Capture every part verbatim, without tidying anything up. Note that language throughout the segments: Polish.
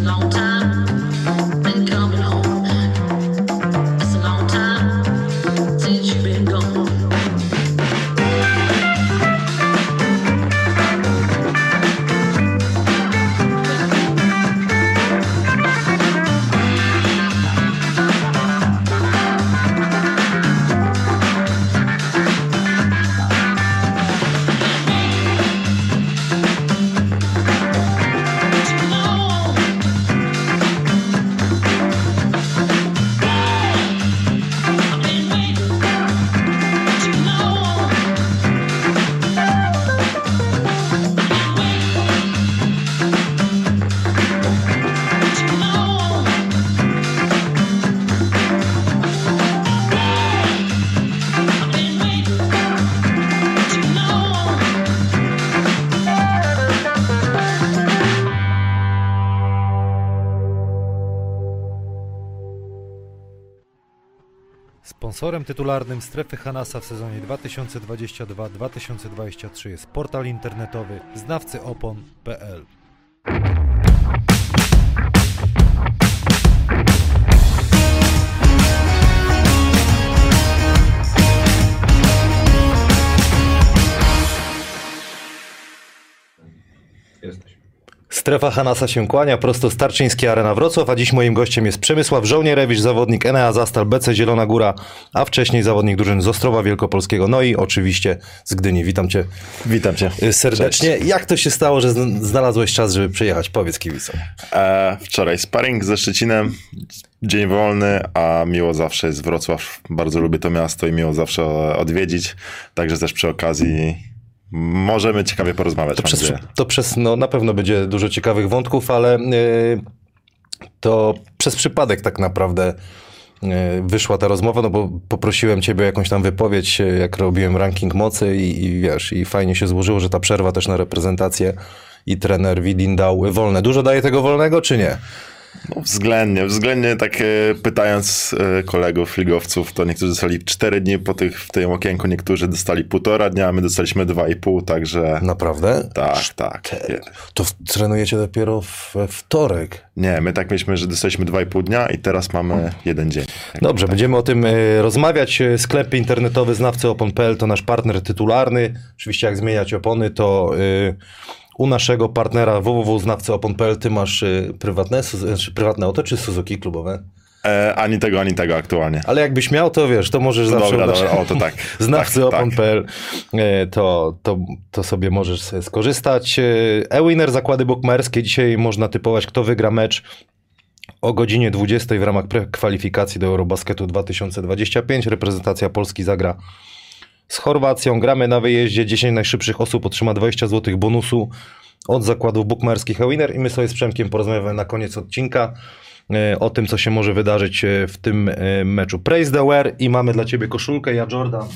Sponsorem tytularnym Strefy Hanasa w sezonie dwa tysiące dwudziestym drugim dwa tysiące dwudziestym trzecim jest portal internetowy znawcy opon kropka p l. Jesteś. Strefa Hanasa się kłania, prosto z Tarczyńskiej Arena Wrocław, a dziś moim gościem jest Przemysław Żołnierewicz, zawodnik Enea Zastal, B C Zielona Góra, a wcześniej zawodnik drużyn z Ostrowa Wielkopolskiego, no i oczywiście z Gdyni. Witam Cię. Witam Cię. Serdecznie. Cześć. Jak to się stało, że znalazłeś czas, żeby przyjechać? Powiedz kibicom. E, wczoraj sparring ze Szczecinem, dzień wolny, a miło zawsze jest Wrocław. Bardzo lubię to miasto i miło zawsze odwiedzić, także też przy okazji możemy ciekawie porozmawiać. To przez, to przez no na pewno będzie dużo ciekawych wątków, ale yy, to przez przypadek tak naprawdę yy, wyszła ta rozmowa, no bo poprosiłem ciebie o jakąś tam wypowiedź, jak robiłem ranking mocy i, i wiesz, i fajnie się złożyło, że ta przerwa też na reprezentację i trener Widin dał wolne. Dużo daje tego wolnego, czy nie? No względnie, względnie tak e, pytając e, kolegów, ligowców, to niektórzy dostali cztery dni po tych, w tym okienku, niektórzy dostali półtora dnia, my dostaliśmy dwa i pół, także... Naprawdę? Tak, tak. To w, trenujecie dopiero we wtorek? Nie, my tak myślimy, że dostaliśmy dwa i pół dnia i teraz mamy jeden dzień. Dobrze, tak. Będziemy o tym y, rozmawiać. Sklep internetowy znawcy opon kropka p l to nasz partner tytularny. Oczywiście jak zmieniać opony, to... Y, U naszego partnera w w w kropka znawcy opon kropka p l ty masz y, prywatne, znaczy prywatne auto czy Suzuki klubowe? E, ani tego, ani tego aktualnie. Ale jakbyś miał, to wiesz, to możesz no zawsze... Dobra, dobra, o to tak. znawcy tak, opon kropka p l tak. y, to, to, to sobie możesz skorzystać. E-Winner, zakłady bukmacherskie. Dzisiaj można typować, kto wygra mecz o godzinie dwudziestej w ramach kwalifikacji do Eurobasketu dwa tysiące dwudziestego piątego. Reprezentacja Polski zagra z Chorwacją. Gramy na wyjeździe. dziesięć najszybszych osób otrzyma dwadzieścia złotych bonusu od zakładów bukmacherskich E-Winner i my sobie z Przemkiem porozmawiamy na koniec odcinka e, o tym, co się może wydarzyć w tym e, meczu. Praise the wear i mamy dla ciebie koszulkę. Ja Jordan.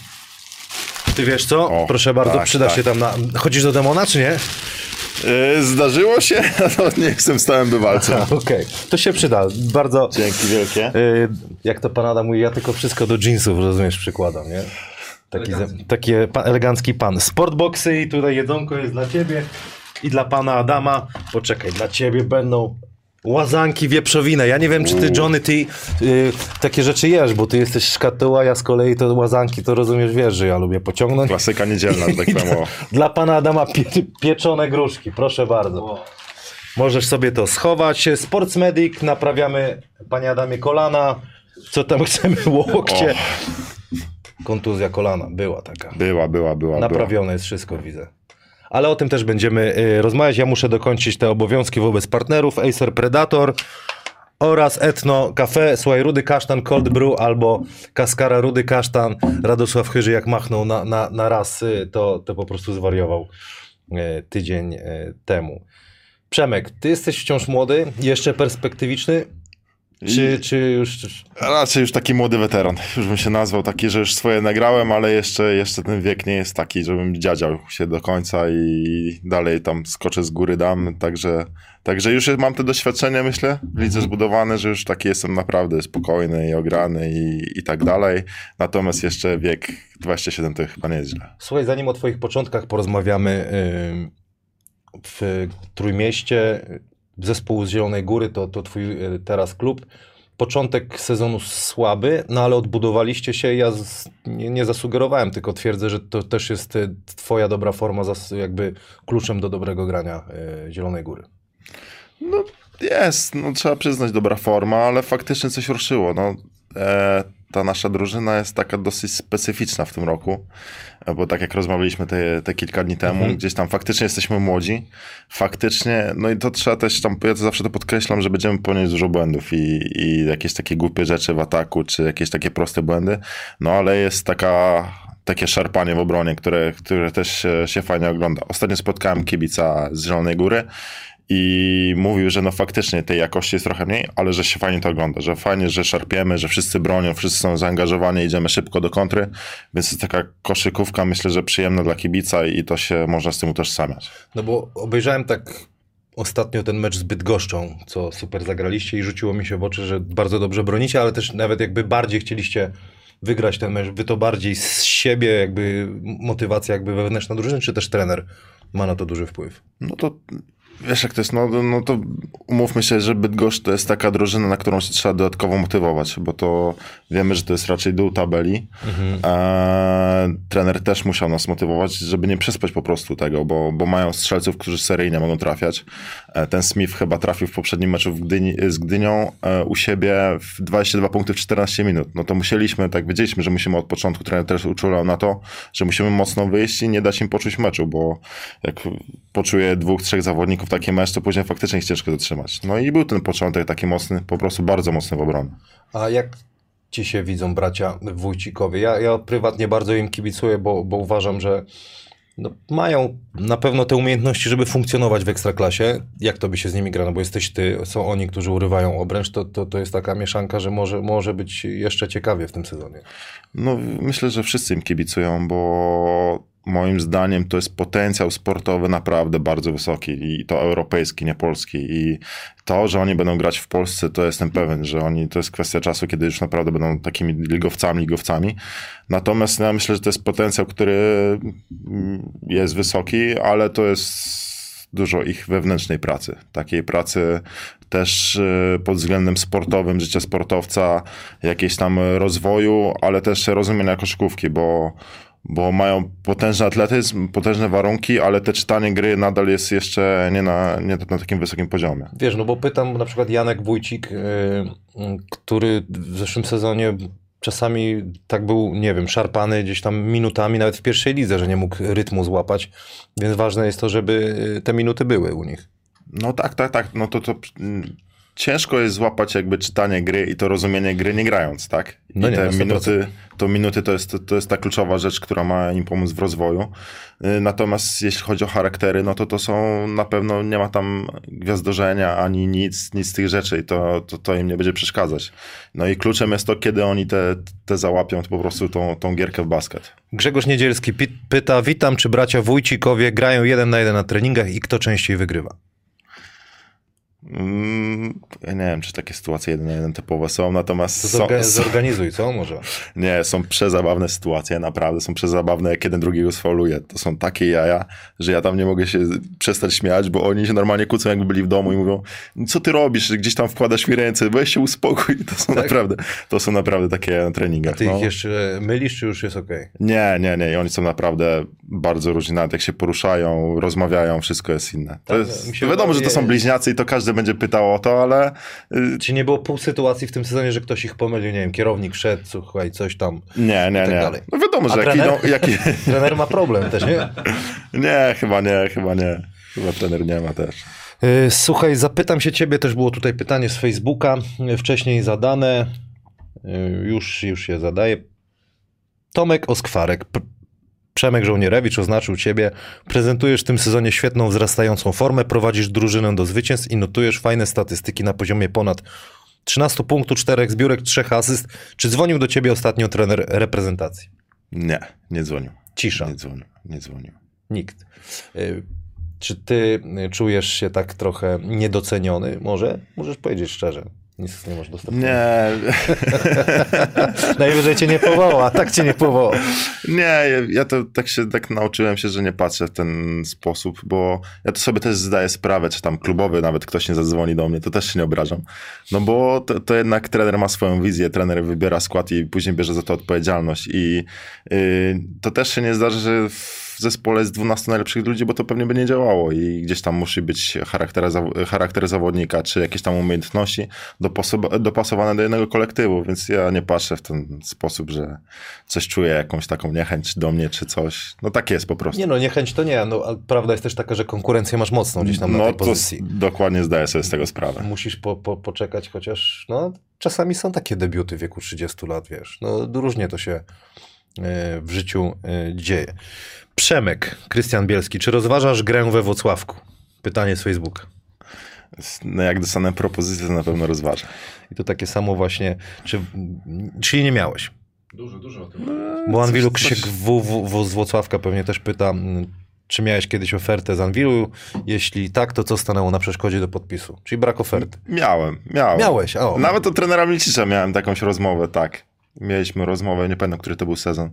Ty wiesz co? O, proszę bardzo, tak, przyda tak. się tam na... Chodzisz do demona, czy nie? Yy, zdarzyło się, no nie jestem stałym bywalcem. Okej, okay. To się przyda. Bardzo... Dzięki wielkie. E, jak to pan Adam mówi, ja tylko wszystko do jeansów, rozumiesz, przykładam, nie? Taki, taki pan, elegancki pan. Sportboxy i tutaj jedzonko jest dla ciebie i dla pana Adama. Poczekaj, dla ciebie będą łazanki wieprzowine. Ja nie wiem, czy ty, Johnny, ty yy, takie rzeczy jesz, bo ty jesteś szkatuła, ja z kolei to łazanki, to rozumiesz, wiesz, że ja lubię pociągnąć. Klasyka niedzielna, tak samo. Dla pana Adama pie, pieczone gruszki, proszę bardzo. Wow. Możesz sobie to schować. Sports Medic, naprawiamy, panie Adamie, kolana. Co tam chcemy? Łokcie. Oh. Kontuzja kolana była taka. Była, była, była. Naprawione była. jest wszystko, widzę. Ale o tym też będziemy y, rozmawiać. Ja muszę dokończyć te obowiązki wobec partnerów. Acer Predator oraz Etno Cafe. Słuchaj, Rudy Kasztan Cold Brew albo Kaskara Rudy Kasztan. Radosław Chyży jak machnął na, na, na raz, y, to, to po prostu zwariował y, tydzień y, temu. Przemek, ty jesteś wciąż młody, jeszcze perspektywiczny. Czy, I... czy już... Raczej już taki młody weteran. Już bym się nazwał taki, że już swoje nagrałem, ale jeszcze, jeszcze ten wiek nie jest taki, żebym dziadział się do końca i dalej tam skoczę z góry dam. Także, także już mam te doświadczenie, myślę, w lidze zbudowane, że już taki jestem naprawdę spokojny i ograny i, i tak dalej. Natomiast jeszcze wiek dwadzieścia siedem to chyba nie jest źle. Słuchaj, zanim o twoich początkach porozmawiamy yy, w Trójmieście, zespół z Zielonej Góry, to, to twój teraz klub. Początek sezonu słaby, no ale odbudowaliście się. Ja z, nie, nie zasugerowałem, tylko twierdzę, że to też jest twoja dobra forma, jakby kluczem do dobrego grania y, Zielonej Góry. No jest, no trzeba przyznać, dobra forma, ale faktycznie coś ruszyło. No, e, ta nasza drużyna jest taka dosyć specyficzna w tym roku, bo tak jak rozmawialiśmy te, te kilka dni temu, mhm. gdzieś tam faktycznie jesteśmy młodzi, faktycznie, no i to trzeba też tam, ja to zawsze to podkreślam, że będziemy popełniać dużo błędów i, i jakieś takie głupie rzeczy w ataku, czy jakieś takie proste błędy, no ale jest taka... takie szarpanie w obronie, które, które też się, się fajnie ogląda. Ostatnio spotkałem kibica z Zielonej Góry i mówił, że no faktycznie tej jakości jest trochę mniej, ale że się fajnie to ogląda, że fajnie, że szarpiemy, że wszyscy bronią, wszyscy są zaangażowani, idziemy szybko do kontry, więc jest taka koszykówka, myślę, że przyjemna dla kibica i to się można z tym utożsamiać. No bo obejrzałem tak ostatnio ten mecz z Bydgoszczą, co super zagraliście i rzuciło mi się w oczy, że bardzo dobrze bronicie, ale też nawet jakby bardziej chcieliście wygrać ten mecz, wy to bardziej z siebie, jakby motywacja jakby wewnętrzna drużyny, czy też trener ma na to duży wpływ? No to wiesz jak to jest, no, no to umówmy się, że Bydgoszcz to jest taka drużyna, na którą się trzeba dodatkowo motywować, bo to wiemy, że to jest raczej dół tabeli. Mhm. E, trener też musiał nas motywować, żeby nie przespać po prostu tego, bo, bo mają strzelców, którzy seryjnie mogą trafiać. E, ten Smith chyba trafił w poprzednim meczu w Gdyni, z Gdynią e, u siebie w dwadzieścia dwa punkty w czternaście minut. No to musieliśmy, tak wiedzieliśmy, że musimy od początku, trener też uczulał na to, że musimy mocno wyjść i nie dać im poczuć meczu, bo jak poczuje dwóch, trzech zawodników taki mecz, to później faktycznie jest ciężko zatrzymać. No i był ten początek taki mocny, po prostu bardzo mocny w obronie. A jak ci się widzą bracia Wójcikowie? Ja, ja prywatnie bardzo im kibicuję, bo, bo uważam, że no, mają na pewno te umiejętności, żeby funkcjonować w Ekstraklasie. Jak to by się z nimi gra? No bo jesteś ty, są oni, którzy urywają obręcz, to, to, to jest taka mieszanka, że może, może być jeszcze ciekawie w tym sezonie. No myślę, że wszyscy im kibicują, bo moim zdaniem to jest potencjał sportowy naprawdę bardzo wysoki i to europejski, nie polski. I to, że oni będą grać w Polsce, to jestem pewien, że oni, to jest kwestia czasu, kiedy już naprawdę będą takimi ligowcami, ligowcami. Natomiast ja myślę, że to jest potencjał, który jest wysoki, ale to jest dużo ich wewnętrznej pracy. Takiej pracy też pod względem sportowym, życia sportowca, jakiejś tam rozwoju, ale też rozumienia koszykówki, bo bo mają potężny atletyzm, potężne warunki, ale te czytanie gry nadal jest jeszcze nie na, nie na takim wysokim poziomie. Wiesz, no bo pytam na przykład Janek Wójcik, yy, który w zeszłym sezonie czasami tak był, nie wiem, szarpany gdzieś tam minutami, nawet w pierwszej lidze, że nie mógł rytmu złapać, więc ważne jest to, żeby te minuty były u nich. No tak, tak, tak, no to to... Ciężko jest złapać jakby czytanie gry i to rozumienie gry nie grając, tak? I no nie, te minuty, to minuty to jest, to jest ta kluczowa rzecz, która ma im pomóc w rozwoju. Natomiast jeśli chodzi o charaktery, no to to są na pewno, nie ma tam gwiazdorzenia ani nic, nic z tych rzeczy i to, to, to im nie będzie przeszkadzać. No i kluczem jest to, kiedy oni te, te załapią, to po prostu tą, tą gierkę w basket. Grzegorz Niedzielski pyta, witam, czy bracia Wójcikowie grają jeden na jeden na treningach i kto częściej wygrywa? Mm, ja nie wiem, czy takie sytuacje jeden na jeden typowe są, natomiast... To zorga- są, zorganizuj, co? Może? Nie, są przezabawne sytuacje, naprawdę są przezabawne, jak jeden drugiego sfauluje. To są takie jaja, że ja tam nie mogę się przestać śmiać, bo oni się normalnie kłócą, jakby byli w domu i mówią, co ty robisz, gdzieś tam wkładasz mi ręce, weź się uspokój. To są, tak? naprawdę, to są naprawdę takie na treningach. A ty no. ich jeszcze mylisz, czy już jest okej? Okay? Nie, nie, nie. I oni są naprawdę bardzo różni, nawet jak się poruszają, rozmawiają, wszystko jest inne. To tak, jest, to wiadomo, że to są bliźniacy i to każdy będzie pytał o to, ale... Czy nie było pół sytuacji w tym sezonie, że ktoś ich pomylił, nie wiem, kierownik szedł, słuchaj, coś tam. Nie, nie, tak nie. Dalej. No wiadomo, a że trener? jak idą... Jak... Trener ma problem też, nie? Nie, chyba nie, chyba nie. Chyba trener nie ma też. Słuchaj, zapytam się ciebie, też było tutaj pytanie z Facebooka, wcześniej zadane, już, już je zadaję. Tomek Oskwarek, Przemek Żołnierewicz oznaczył ciebie, prezentujesz w tym sezonie świetną, wzrastającą formę, prowadzisz drużynę do zwycięstw i notujesz fajne statystyki na poziomie ponad trzynaście punktów, czterech zbiórek, trzech asyst. Czy dzwonił do ciebie ostatnio trener reprezentacji? Nie, nie dzwonił. Cisza. Nie dzwonił, nie dzwonił. Nikt. Czy ty czujesz się tak trochę niedoceniony? Może? Możesz powiedzieć szczerze. Nic nie masz dostępu. Nie. Najwyżej cię nie powoła, a tak cię nie powoła. Nie, ja to tak się tak nauczyłem się, że nie patrzę w ten sposób, bo ja to sobie też zdaję sprawę, czy tam klubowy nawet ktoś nie zadzwoni do mnie, to też się nie obrażam. No bo to, to jednak trener ma swoją wizję, trener wybiera skład i później bierze za to odpowiedzialność i yy, to też się nie zdarzy, że w zespole jest dwunastu najlepszych ludzi, bo to pewnie by nie działało i gdzieś tam musi być charakter, charakter zawodnika, czy jakieś tam umiejętności dopasowane do jednego kolektywu, więc ja nie patrzę w ten sposób, że coś czuję, jakąś taką niechęć do mnie, czy coś. No tak jest po prostu. Nie no, niechęć to nie, no, a prawda jest też taka, że konkurencję masz mocną gdzieś tam na no, tej pozycji. Dokładnie zdaję sobie z tego sprawę. Musisz po, po, poczekać, chociaż no, czasami są takie debiuty w wieku trzydziestu lat, wiesz. No różnie to się w życiu dzieje. Przemek, Krystian Bielski, czy rozważasz grę we Włocławku? Pytanie z Facebooka. No jak dostanę propozycję, to na pewno rozważę. I to takie samo właśnie, czy, czyli nie miałeś? Dużo, dużo o tym. Bo Anwilu Krzysiek w, w, w, z Włocławka pewnie też pyta, czy miałeś kiedyś ofertę z Anwilu? Jeśli tak, to co stanęło na przeszkodzie do podpisu? Czyli brak oferty. Miałem, miałem. Miałeś, o. Nawet od trenera Milcicza miałem takąś rozmowę, tak. Mieliśmy rozmowę, nie pamiętam, który to był sezon.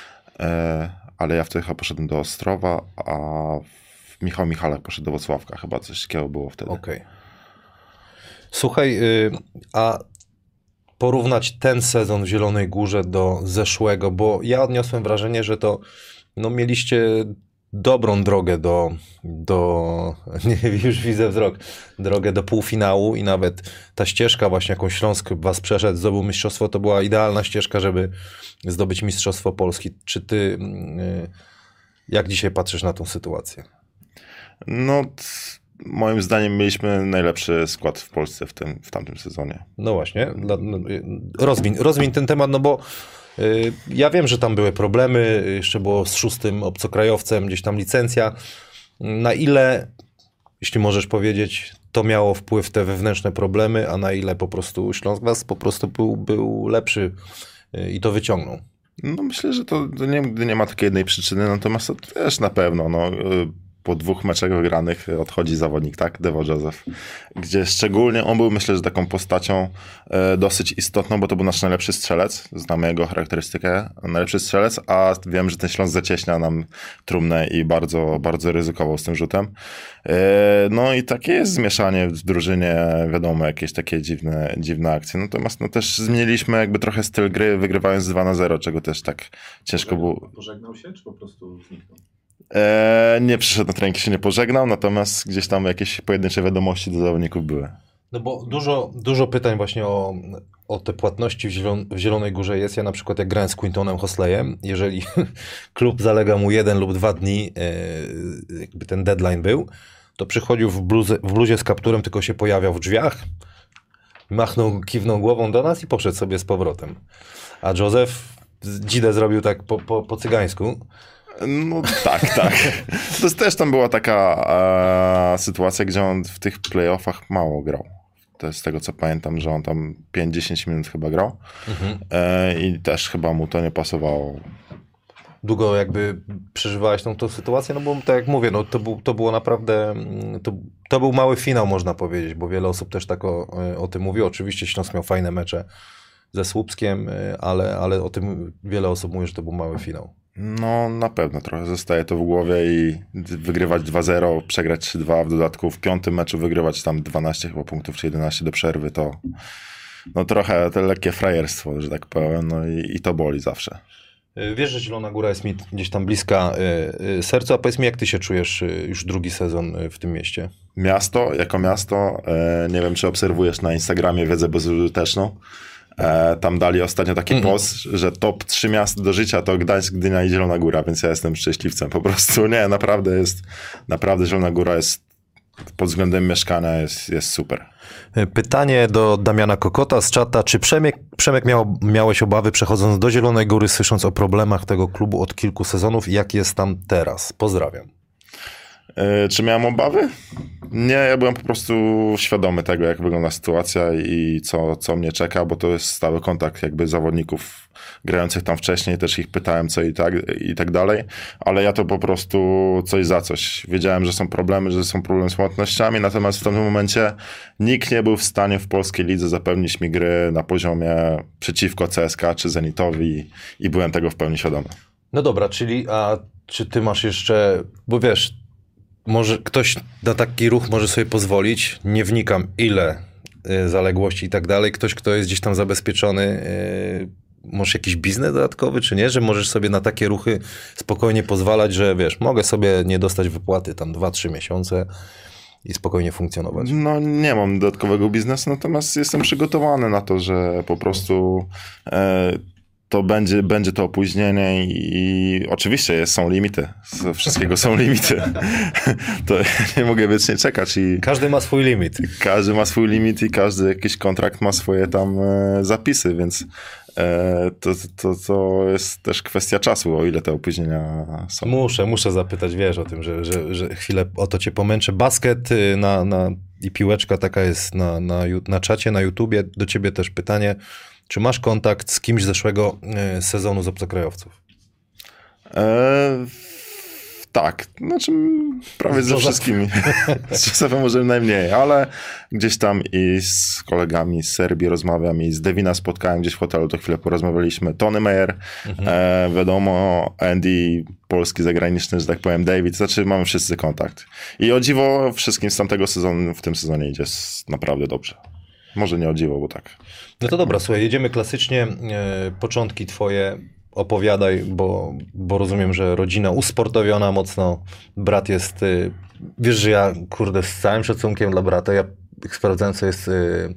E, ale ja wtedy chyba poszedłem do Ostrowa, a Michał Michalak poszedł do Włocławka. Chyba coś takiego było wtedy. Okej. Okay. Słuchaj, a porównać ten sezon w Zielonej Górze do zeszłego, bo ja odniosłem wrażenie, że to no, mieliście dobrą drogę do, do nie, już widzę wzrok, drogę do półfinału i nawet ta ścieżka właśnie, jaką Śląsk was przeszedł, zdobył mistrzostwo, to była idealna ścieżka, żeby zdobyć mistrzostwo Polski. Czy ty, jak dzisiaj patrzysz na tą sytuację? No, moim zdaniem mieliśmy najlepszy skład w Polsce w, tym, w tamtym sezonie. No właśnie, rozwiń, rozwiń ten temat, no bo ja wiem, że tam były problemy, jeszcze było z szóstym obcokrajowcem, gdzieś tam licencja. Na ile, jeśli możesz powiedzieć, to miało wpływ te wewnętrzne problemy, a na ile po prostu Śląsk was po prostu był, był lepszy i to wyciągnął? No myślę, że to, to nie, nie ma takiej jednej przyczyny, natomiast to też na pewno, no... Po dwóch meczach wygranych odchodzi zawodnik, tak? Devo Joseph. Gdzie szczególnie on był, myślę, że taką postacią e, dosyć istotną, bo to był nasz najlepszy strzelec. Znamy jego charakterystykę. Najlepszy strzelec, a wiem, że ten Śląsk zacieśnia nam trumnę i bardzo, bardzo ryzykował z tym rzutem. E, no i takie jest zmieszanie w drużynie, wiadomo, jakieś takie dziwne, dziwne akcje. Natomiast no, też zmieniliśmy jakby trochę styl gry, wygrywając dwa na zero, czego też tak ciężko było. Pożegnał się, czy po prostu zniknął? Eee, nie przyszedł na trening, się nie pożegnał, natomiast gdzieś tam jakieś pojedyncze wiadomości do zawodników były. No bo dużo, dużo pytań właśnie o, o te płatności w, Zielon w Zielonej Górze jest. Ja na przykład jak grałem z Quintonem Hosleyem, jeżeli klub zalega mu jeden lub dwa dni, e, jakby ten deadline był, to przychodził w, bluzie, w bluzie z kapturem, tylko się pojawiał w drzwiach, machnął, kiwnął głową do nas i poszedł sobie z powrotem. A Józef dzidę zrobił tak po, po, po cygańsku. No tak, tak. To też tam była taka e, sytuacja, gdzie on w tych playoffach mało grał. To jest z tego, co pamiętam, że on tam pięć dziesięć minut chyba grał. Mhm. E, I też chyba mu to nie pasowało. Długo jakby przeżywałeś tą, tą sytuację? No bo tak jak mówię, no to, był, to było naprawdę, to, to był mały finał, można powiedzieć, bo wiele osób też tak o, o tym mówi. Oczywiście Śląsk miał fajne mecze ze Słupskiem, ale, ale o tym wiele osób mówi, że to był mały finał. No na pewno, trochę zostaje to w głowie i wygrywać dwa zero, przegrać trzy dwa, w dodatku w piątym meczu wygrywać tam dwanaście chyba punktów czy jedenaście do przerwy, to no trochę to lekkie frajerstwo, że tak powiem, no i, i to boli zawsze. Wiesz, że Zielona Góra jest mi gdzieś tam bliska y, sercu, a powiedz mi, jak ty się czujesz y, już drugi sezon y, w tym mieście? Miasto, jako miasto, y, nie wiem, czy obserwujesz na Instagramie wiedzę bezużyteczną. E, tam dali ostatnio taki mm. post, że top trzy miast do życia to Gdańsk, Gdynia i Zielona Góra, więc ja jestem szczęśliwcem po prostu. Nie, naprawdę jest, naprawdę Zielona Góra jest pod względem mieszkania jest, jest super. Pytanie do Damiana Kokota z czata. Czy Przemek, Przemek miał, miałeś obawy przechodząc do Zielonej Góry, słysząc o problemach tego klubu od kilku sezonów? Jak jest tam teraz? Pozdrawiam. Yy, czy miałem obawy? Nie, ja byłem po prostu świadomy tego, jak wygląda sytuacja i co, co mnie czeka, bo to jest stały kontakt jakby zawodników grających tam wcześniej, też ich pytałem co i tak, i tak dalej, ale ja to po prostu coś za coś. Wiedziałem, że są problemy, że są problemy z płatnościami, natomiast w tym momencie nikt nie był w stanie w polskiej lidze zapewnić mi gry na poziomie przeciwko C S K A czy Zenitowi i byłem tego w pełni świadomy. No dobra, czyli a czy ty masz jeszcze, bo wiesz, może ktoś na taki ruch może sobie pozwolić, nie wnikam ile y, zaległości i tak dalej, ktoś, kto jest gdzieś tam zabezpieczony, y, masz jakiś biznes dodatkowy, czy nie, że możesz sobie na takie ruchy spokojnie pozwalać, że wiesz, mogę sobie nie dostać wypłaty tam dwa trzy miesiące i spokojnie funkcjonować. No nie mam dodatkowego biznesu, natomiast jestem przygotowany na to, że po prostu e, to będzie, będzie to opóźnienie i oczywiście jest, są limity. Z wszystkiego są limity. To nie mogę wiecznie czekać. I każdy ma swój limit. Każdy ma swój limit i każdy jakiś kontrakt ma swoje tam e, zapisy, więc e, to, to, to jest też kwestia czasu, o ile te opóźnienia są. Muszę, muszę zapytać, wiesz o tym, że, że, że chwilę o to cię pomęczę. Basket na, na, i piłeczka taka jest na, na, na czacie, na YouTubie. Do ciebie też pytanie. Czy masz kontakt z kimś z zeszłego y, sezonu z obcokrajowców? E, tak, znaczy prawie ze wszystkimi. Z Józefem może najmniej, ale gdzieś tam i z kolegami z Serbii rozmawiam i z Devina spotkałem gdzieś w hotelu, to chwilę porozmawialiśmy. Tony Meyer, mhm. e, wiadomo, Andy, polski zagraniczny, że tak powiem, David, znaczy mamy wszyscy kontakt. I o dziwo wszystkim z tamtego sezonu, w tym sezonie idzie naprawdę dobrze. Może nie o dziwo, bo tak. No to dobra, słuchaj, jedziemy klasycznie. E, początki twoje opowiadaj, bo, bo rozumiem, że rodzina usportowiona mocno. Brat jest, y, wiesz, że ja, kurde, z całym szacunkiem dla brata, ja sprawdzałem, co jest, y,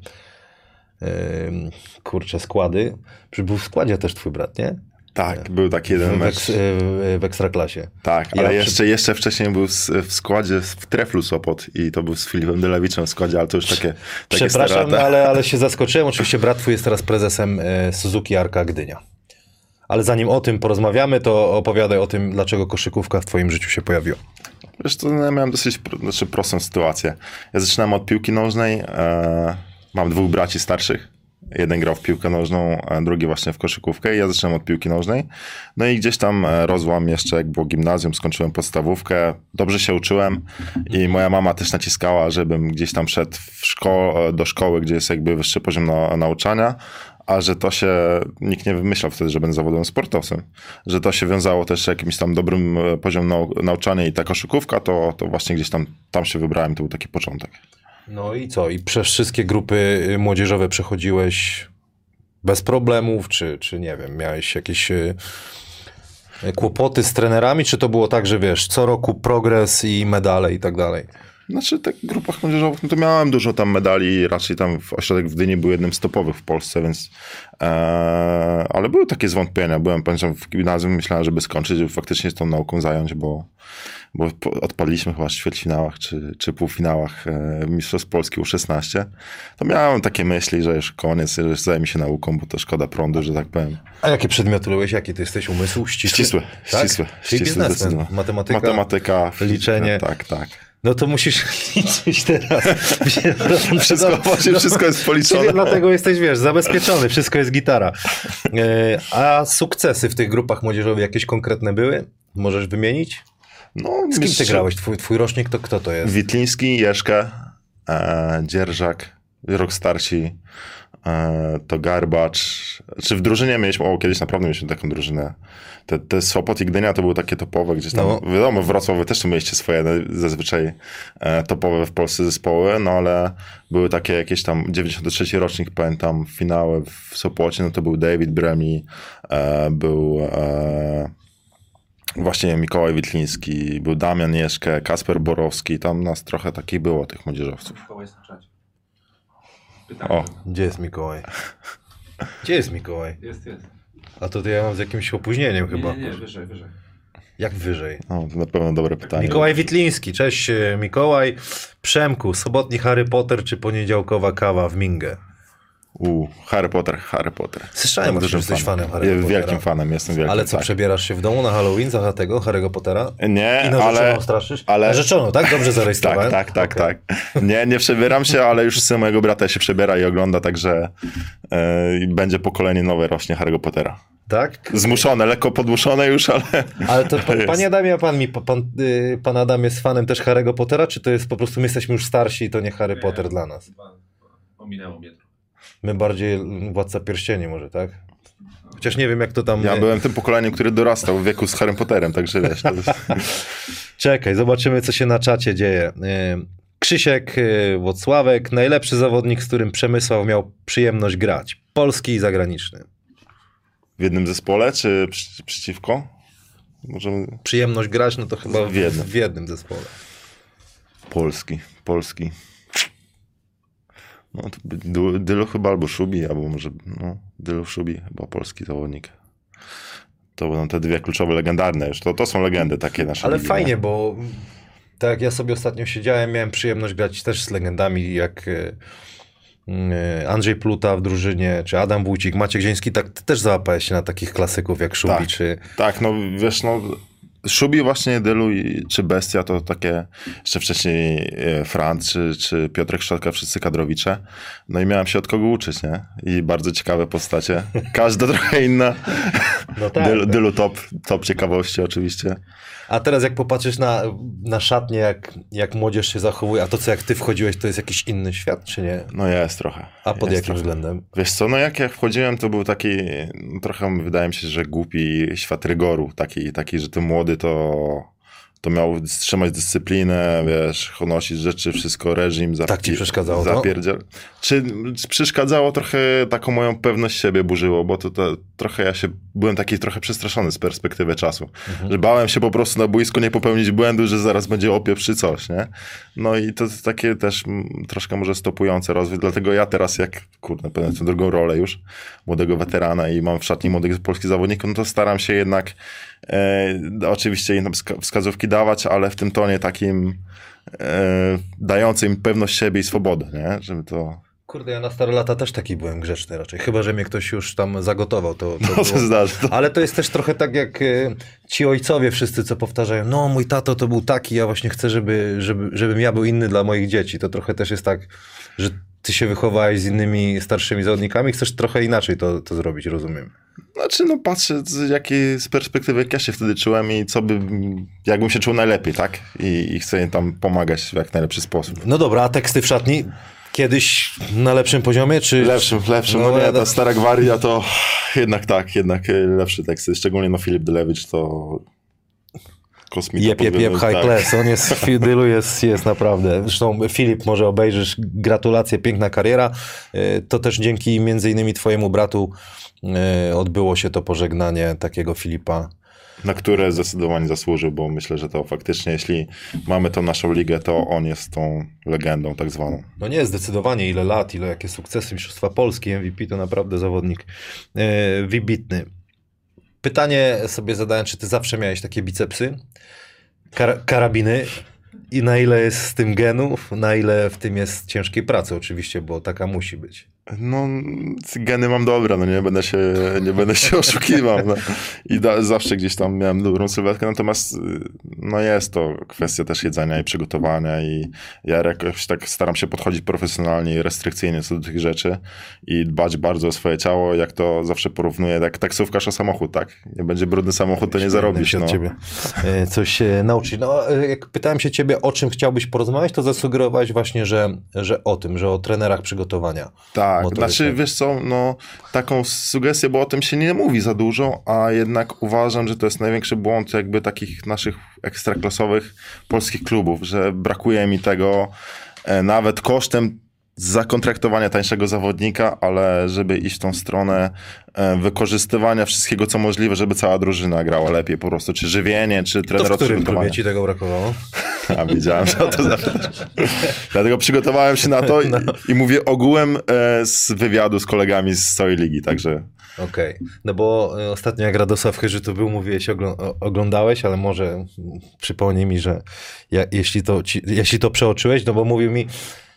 y, kurczę, składy. Przecież był w składzie też twój brat, nie? Tak, był taki jeden w, mecz. W, w Ekstraklasie. Tak, ale ja jeszcze, przy... jeszcze wcześniej był w składzie w Treflu Sopot i to był z Filipem Dylewiczem w składzie, ale to już takie, takie Przepraszam, ale, ale się zaskoczyłem. Oczywiście brat twój jest teraz prezesem Suzuki Arka Gdynia. Ale zanim o tym porozmawiamy, to opowiadaj o tym, dlaczego koszykówka w twoim życiu się pojawiła. Wiesz, to ja miałem dosyć znaczy prostą sytuację. Ja zaczynałem od piłki nożnej. E, mam dwóch braci starszych. Jeden grał w piłkę nożną, a drugi właśnie w koszykówkę i ja zacząłem od piłki nożnej. No i gdzieś tam rozłam jeszcze, jak było gimnazjum, skończyłem podstawówkę. Dobrze się uczyłem i moja mama też naciskała, żebym gdzieś tam szedł w szko- do szkoły, gdzie jest jakby wyższy poziom na- nauczania. A że to się, nikt nie wymyślał wtedy, że będę zawodowym sportowcem, że to się wiązało też z jakimś tam dobrym poziomem nau- nauczania i ta koszykówka, to, to właśnie gdzieś tam, tam się wybrałem, to był taki początek. No i co? I przez wszystkie grupy młodzieżowe przechodziłeś bez problemów, czy, czy nie wiem, miałeś jakieś y, kłopoty z trenerami, czy to było tak, że wiesz, co roku progres i medale i tak dalej? Znaczy, tak w grupach młodzieżowych, no to miałem dużo tam medali, raczej tam w ośrodek w Gdyni był jednym z topowych w Polsce, więc e, ale były takie zwątpienia. Byłem, pamiętam, w gimnazjum, myślałem, żeby skończyć, żeby faktycznie się tą nauką zająć, bo, bo odpadliśmy chyba w ćwierćfinałach czy, czy półfinałach e, Mistrzostw Polski U szesnaście. To miałem takie myśli, że już koniec, że zajmę się nauką, bo to szkoda prądu, że tak powiem. A jakie przedmioty lubiłeś? Jaki ty jesteś umysł? Ścisły? Ścisły, tak? ścisły. Czyli ścisły biznesmen, matematyka, matematyka, liczenie. Tak, tak. No to musisz liczyć teraz. Wszystko, właśnie no, wszystko jest policzone. Czyli dlatego jesteś, wiesz, zabezpieczony, wszystko jest gitara. E, a sukcesy w tych grupach młodzieżowych jakieś konkretne były? Możesz wymienić? No, z kim ty grałeś? Twój, twój rocznik to kto to jest? Witliński, Jeszkę, e, Dzierżak, rok starsi, e, to Garbacz. Czy w drużynie mieliśmy, o kiedyś naprawdę mieliśmy taką drużynę. Te, te Sopot i Gdynia to były takie topowe, gdzieś tam, no. Wiadomo, w Wrocławiu też tu mieliście swoje zazwyczaj e, topowe w Polsce zespoły, no ale były takie jakieś tam dziewięćdziesiąty trzeci rocznik, pamiętam, finały w Sopocie, no to był David Bremi, e, był e, właśnie Mikołaj Witliński, był Damian Jeszkę, Kasper Borowski, tam nas trochę takich było, tych młodzieżowców. Mikołaj jest na czacie. Pytanie. O, gdzie jest Mikołaj? Gdzie jest Mikołaj? Jest, jest. A to ja mam z jakimś opóźnieniem chyba. Nie, nie, nie, wyżej, wyżej. Jak wyżej? O, to na pewno dobre pytanie. Mikołaj Witliński. Cześć Mikołaj. Przemku, sobotni Harry Potter czy poniedziałkowa kawa w Mingę? U, Harry Potter, Harry Potter. Słyszałem, że jesteś fanem Harry'ego Jestem Pottera. wielkim fanem, jestem wielkim. Ale co, tak. przebierasz się w domu na Halloween za tego Harry'ego Pottera? Nie, I narzeczoną ale... straszysz? ale... Narzeczoną, tak? Dobrze zarejestrowałem? tak, tak, tak, okay. tak. Nie, nie przebieram się, ale już syn mojego brata się przebiera i ogląda, także yy, będzie pokolenie nowe rośnie Harry'ego Pottera. Tak? Zmuszone, lekko podmuszone już, ale... Ale to pan, panie Adamie, a pan mi, pan, yy, pan Adam jest fanem też Harry'ego Pottera, czy to jest po prostu, my jesteśmy już starsi i to nie Harry Nie, Potter dla nas? Ominęło mnie trochę. My bardziej Władca Pierścieni może, tak? Chociaż nie wiem, jak to tam... Ja byłem tym pokoleniem, który dorastał w wieku z Harrym Potterem, także wiesz... To jest... Czekaj, zobaczymy, co się na czacie dzieje. Yy, Krzysiek yy, Włocławek, najlepszy zawodnik, z którym Przemysław miał przyjemność grać. Polski i zagraniczny. W jednym zespole, czy przy, przeciwko? Możemy... Przyjemność grać, no to chyba w, W jednym. w jednym zespole. Polski, polski. No to by Dy- Dylu chyba albo Szubi, albo może no, Dylu Szubi, chyba polski zawodnik. To będą te dwie kluczowe, legendarne już. To, to są legendy takie nasze. Ale ligi, fajnie, nie? bo tak jak ja sobie ostatnio siedziałem, miałem przyjemność grać też z legendami jak e, Andrzej Pluta w drużynie, czy Adam Wójcik, Maciek Zieński, tak ty też załapałeś się na takich klasyków jak Szubi, Tak. czy... Tak, no wiesz, no Szubi właśnie, Dylu i, czy Bestia to takie, jeszcze wcześniej e, Franc, czy, czy Piotrek Szczotka, wszyscy kadrowicze. No i miałem się od kogo uczyć, nie? I bardzo ciekawe postacie. Każda trochę inna. No tak, Dylu, tak. Dylu top, top ciekawości oczywiście. A teraz jak popatrzysz na, na szatnię, jak, jak młodzież się zachowuje, a to co jak ty wchodziłeś, to jest jakiś inny świat, czy nie? No jest trochę. A pod jest jakim trochę. względem? Wiesz co, no jak ja wchodziłem, to był taki, no trochę wydaje mi się, że głupi świat rygoru, taki, taki że ty młody to, to miał trzymać dyscyplinę, wiesz, honosić rzeczy, wszystko, reżim. Zapi- Tak ci przeszkadzało to? zapierdziel. Czy, czy przeszkadzało trochę, taką moją pewność siebie burzyło, bo to, to trochę ja się, byłem taki trochę przestraszony z perspektywy czasu, Mhm. że bałem się po prostu na boisku nie popełnić błędu, że zaraz będzie opieprz czy coś, nie? No i to jest takie też mm, troszkę może stopujące rozwój, dlatego ja teraz jak, kurde, pełnię tę drugą rolę już, młodego weterana i mam w szatni młodych polskich zawodników, no to staram się jednak e, oczywiście inne wska- wskazówki dawać, ale w tym tonie takim e, dającym im pewność siebie i swobodę, nie? Żeby to... Kurde, ja na stare lata też taki byłem grzeczny raczej, chyba że mnie ktoś już tam zagotował, to, to No było... to zdarzy. To... Ale to jest też trochę tak jak y, ci ojcowie wszyscy, co powtarzają, no mój tato to był taki, ja właśnie chcę, żeby, żeby, żebym ja był inny dla moich dzieci. To trochę też jest tak, że ty się wychowałeś z innymi starszymi zawodnikami, chcesz trochę inaczej to, to zrobić, rozumiem. Znaczy, no patrzę z jakiej z perspektywy, jak ja się wtedy czułem i co by, jakbym się czuł najlepiej, tak? I, i chcę im tam pomagać w jak najlepszy sposób. No dobra, a teksty w szatni kiedyś na lepszym poziomie, czy... Lepszym, lepszym, No, no, nie, ja- ta stara gwaria to jednak tak, jednak lepsze teksty, szczególnie no Filip Dylewicz to kosmita. Jep, jep, pod jep, względem- high tak. class. On jest, w Dylu jest, jest naprawdę. Zresztą Filip, może obejrzysz, gratulacje, piękna kariera. E, To też dzięki między innymi twojemu bratu e, odbyło się to pożegnanie takiego Filipa. Na które zdecydowanie zasłużył, bo myślę, że to faktycznie, jeśli mamy tą naszą ligę, to on jest tą legendą tak zwaną. No nie, zdecydowanie ile lat, ile jakie sukcesy, Mistrzostwa Polski, M V P to naprawdę zawodnik e, wybitny. Pytanie sobie zadałem, czy ty zawsze miałeś takie bicepsy, kar- karabiny i na ile jest z tym genów, na ile w tym jest ciężkiej pracy oczywiście, bo taka musi być. No, geny mam dobre, no nie będę się, nie będę się oszukiwał. No. I da, zawsze gdzieś tam miałem dobrą sylwetkę, natomiast no jest to kwestia też jedzenia i przygotowania i ja jakoś tak staram się podchodzić profesjonalnie i restrykcyjnie co do tych rzeczy i dbać bardzo o swoje ciało, jak to zawsze porównuję, jak taksówkarz o samochód, tak? Nie będzie brudny samochód, to nie zarobisz. Się No. od ciebie e, coś e, nauczyć. No, e, jak pytałem się ciebie, o czym chciałbyś porozmawiać, to zasugerowałeś właśnie, że, że o tym, że o trenerach przygotowania. Tak, motoryczne. znaczy wiesz co, no taką sugestię, bo o tym się nie mówi za dużo, a jednak uważam, że to jest największy błąd jakby takich naszych ekstraklasowych polskich klubów, że brakuje mi tego e, nawet kosztem zakontraktowania tańszego zawodnika, ale żeby iść w tą stronę e, wykorzystywania wszystkiego, co możliwe, żeby cała drużyna grała lepiej po prostu, czy żywienie, czy To trener w od którym przygotowania. klubie ci tego brakowało? A wiedziałem, że o to zapytasz. Dlatego przygotowałem się na to i, No. i mówię ogółem e, z wywiadu z kolegami z całej ligi, także Okej, no bo y, ostatnio jak Radosław Chyży tu był, mówiłeś, ogl- o- oglądałeś, ale może mm, przypomnij mi, że ja, jeśli, to ci, jeśli to przeoczyłeś, no bo mówił mi,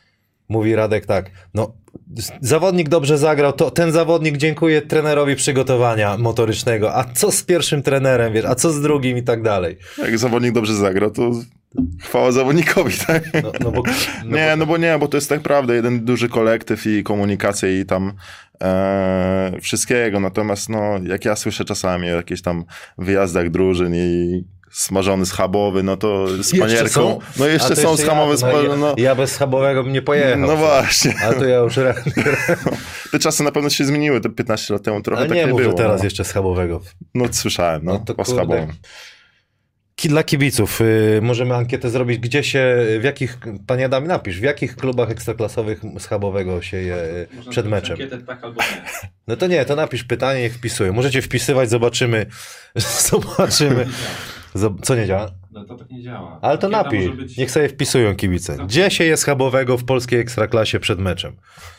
Mówi Radek tak, no zawodnik dobrze zagrał, to ten zawodnik dziękuję trenerowi przygotowania motorycznego, a co z pierwszym trenerem, wiesz, a co z drugim i tak dalej. Jak zawodnik dobrze zagrał, to chwała zawodnikowi, tak? No, no bo, no nie, bo... no bo nie, bo to jest tak naprawdę jeden duży kolektyw i komunikacja i tam e, wszystkiego, natomiast no, jak ja słyszę czasami o jakichś tam wyjazdach drużyn i smażony schabowy, no to z panierką. Są? No jeszcze są jeszcze schabowe. ja, No, no, no. ja, ja bez schabowego bym nie pojechał. No właśnie. A to ja już... Te czasy na pewno się zmieniły, te piętnaście lat temu trochę Ale tak nie nie mów, było. że teraz no. jeszcze schabowego. No słyszałem, no, No to o schabowym. Ki- Dla kibiców y, możemy ankietę zrobić, gdzie się, w jakich, panie Adamie, napisz, w jakich klubach ekstraklasowych schabowego się je y, Można przed zrobić meczem. ankietę, tak albo nie. No to nie, to napisz pytanie, niech wpisują. Możecie wpisywać, zobaczymy. Zobaczymy. Zob- Co nie działa? No to tak nie działa. Ale to Ankieta napisz. może być- Niech sobie wpisują kibice. Gdzie się je schabowego w polskiej ekstraklasie przed meczem?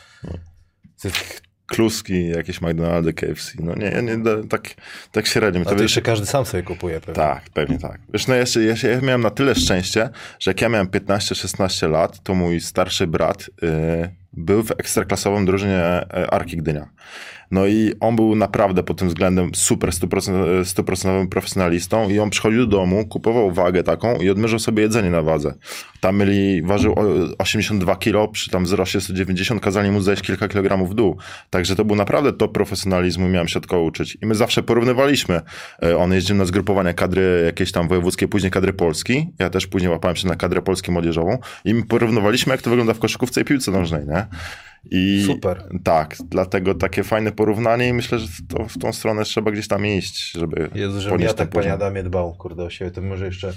Kluski, jakieś McDonaldy, K F C. No nie, nie no, tak, tak średnio. A to wiesz- jeszcze każdy sam sobie kupuje pewnie. Tak, pewnie tak. Wiesz, no jeszcze, jeszcze ja miałem na tyle szczęście, że jak ja miałem piętnaście szesnaście lat, to mój starszy brat y, był w ekstraklasowym drużynie y, Arki Gdynia. No i on był naprawdę pod tym względem super stu procentowym profesjonalistą i on przychodził do domu, kupował wagę taką i odmierzał sobie jedzenie na wadze. Tam mieli, ważył osiemdziesiąt dwa kilo, przy tam wzroście sto dziewięćdziesiąt, kazali mu zejść kilka kilogramów w dół. Także to był naprawdę top profesjonalizmu i miałem się od kogo uczyć. I my zawsze porównywaliśmy. On jeździł na zgrupowania kadry jakieś tam wojewódzkie, później kadry Polski. Ja też później łapałem się na kadrę Polski młodzieżową i my porównywaliśmy, jak to wygląda w koszykówce i piłce nożnej, nie? I Super. Tak, dlatego takie fajne porównanie i myślę, że w, to, w tą stronę trzeba gdzieś tam iść, żeby Jezu, żebym podnieść ja ten tak, panie poziom. Adamie, dbał, kurde, o siebie, to może jeszcze...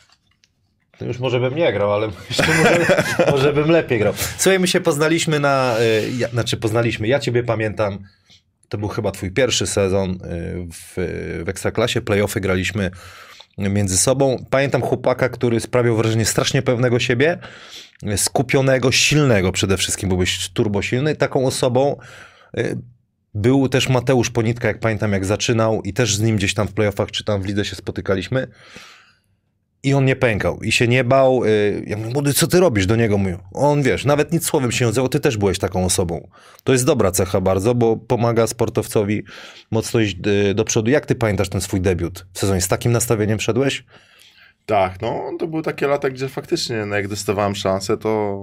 To już może bym nie grał, ale jeszcze może, może bym lepiej grał. Słuchaj, my się poznaliśmy na... y, Ja, znaczy poznaliśmy, ja ciebie pamiętam, to był chyba twój pierwszy sezon y, w, w Ekstraklasie, play-offy graliśmy między sobą. Pamiętam chłopaka, który sprawiał wrażenie strasznie pewnego siebie, skupionego, silnego przede wszystkim, byłbyś turbosilny. Taką osobą y, był też Mateusz Ponitka, jak pamiętam, jak zaczynał i też z nim gdzieś tam w playoffach czy tam w lidze się spotykaliśmy. I on nie pękał i się nie bał. Y, ja mówię, młody, co ty robisz? Do niego mówił. On, wiesz, nawet nic słowem się nie odzywał, ty też byłeś taką osobą. To jest dobra cecha bardzo, bo pomaga sportowcowi mocno iść y, do przodu. Jak ty pamiętasz ten swój debiut w sezonie? Z takim nastawieniem szedłeś? Tak, no to były takie lata, gdzie faktycznie, no, jak dostawałem szansę, to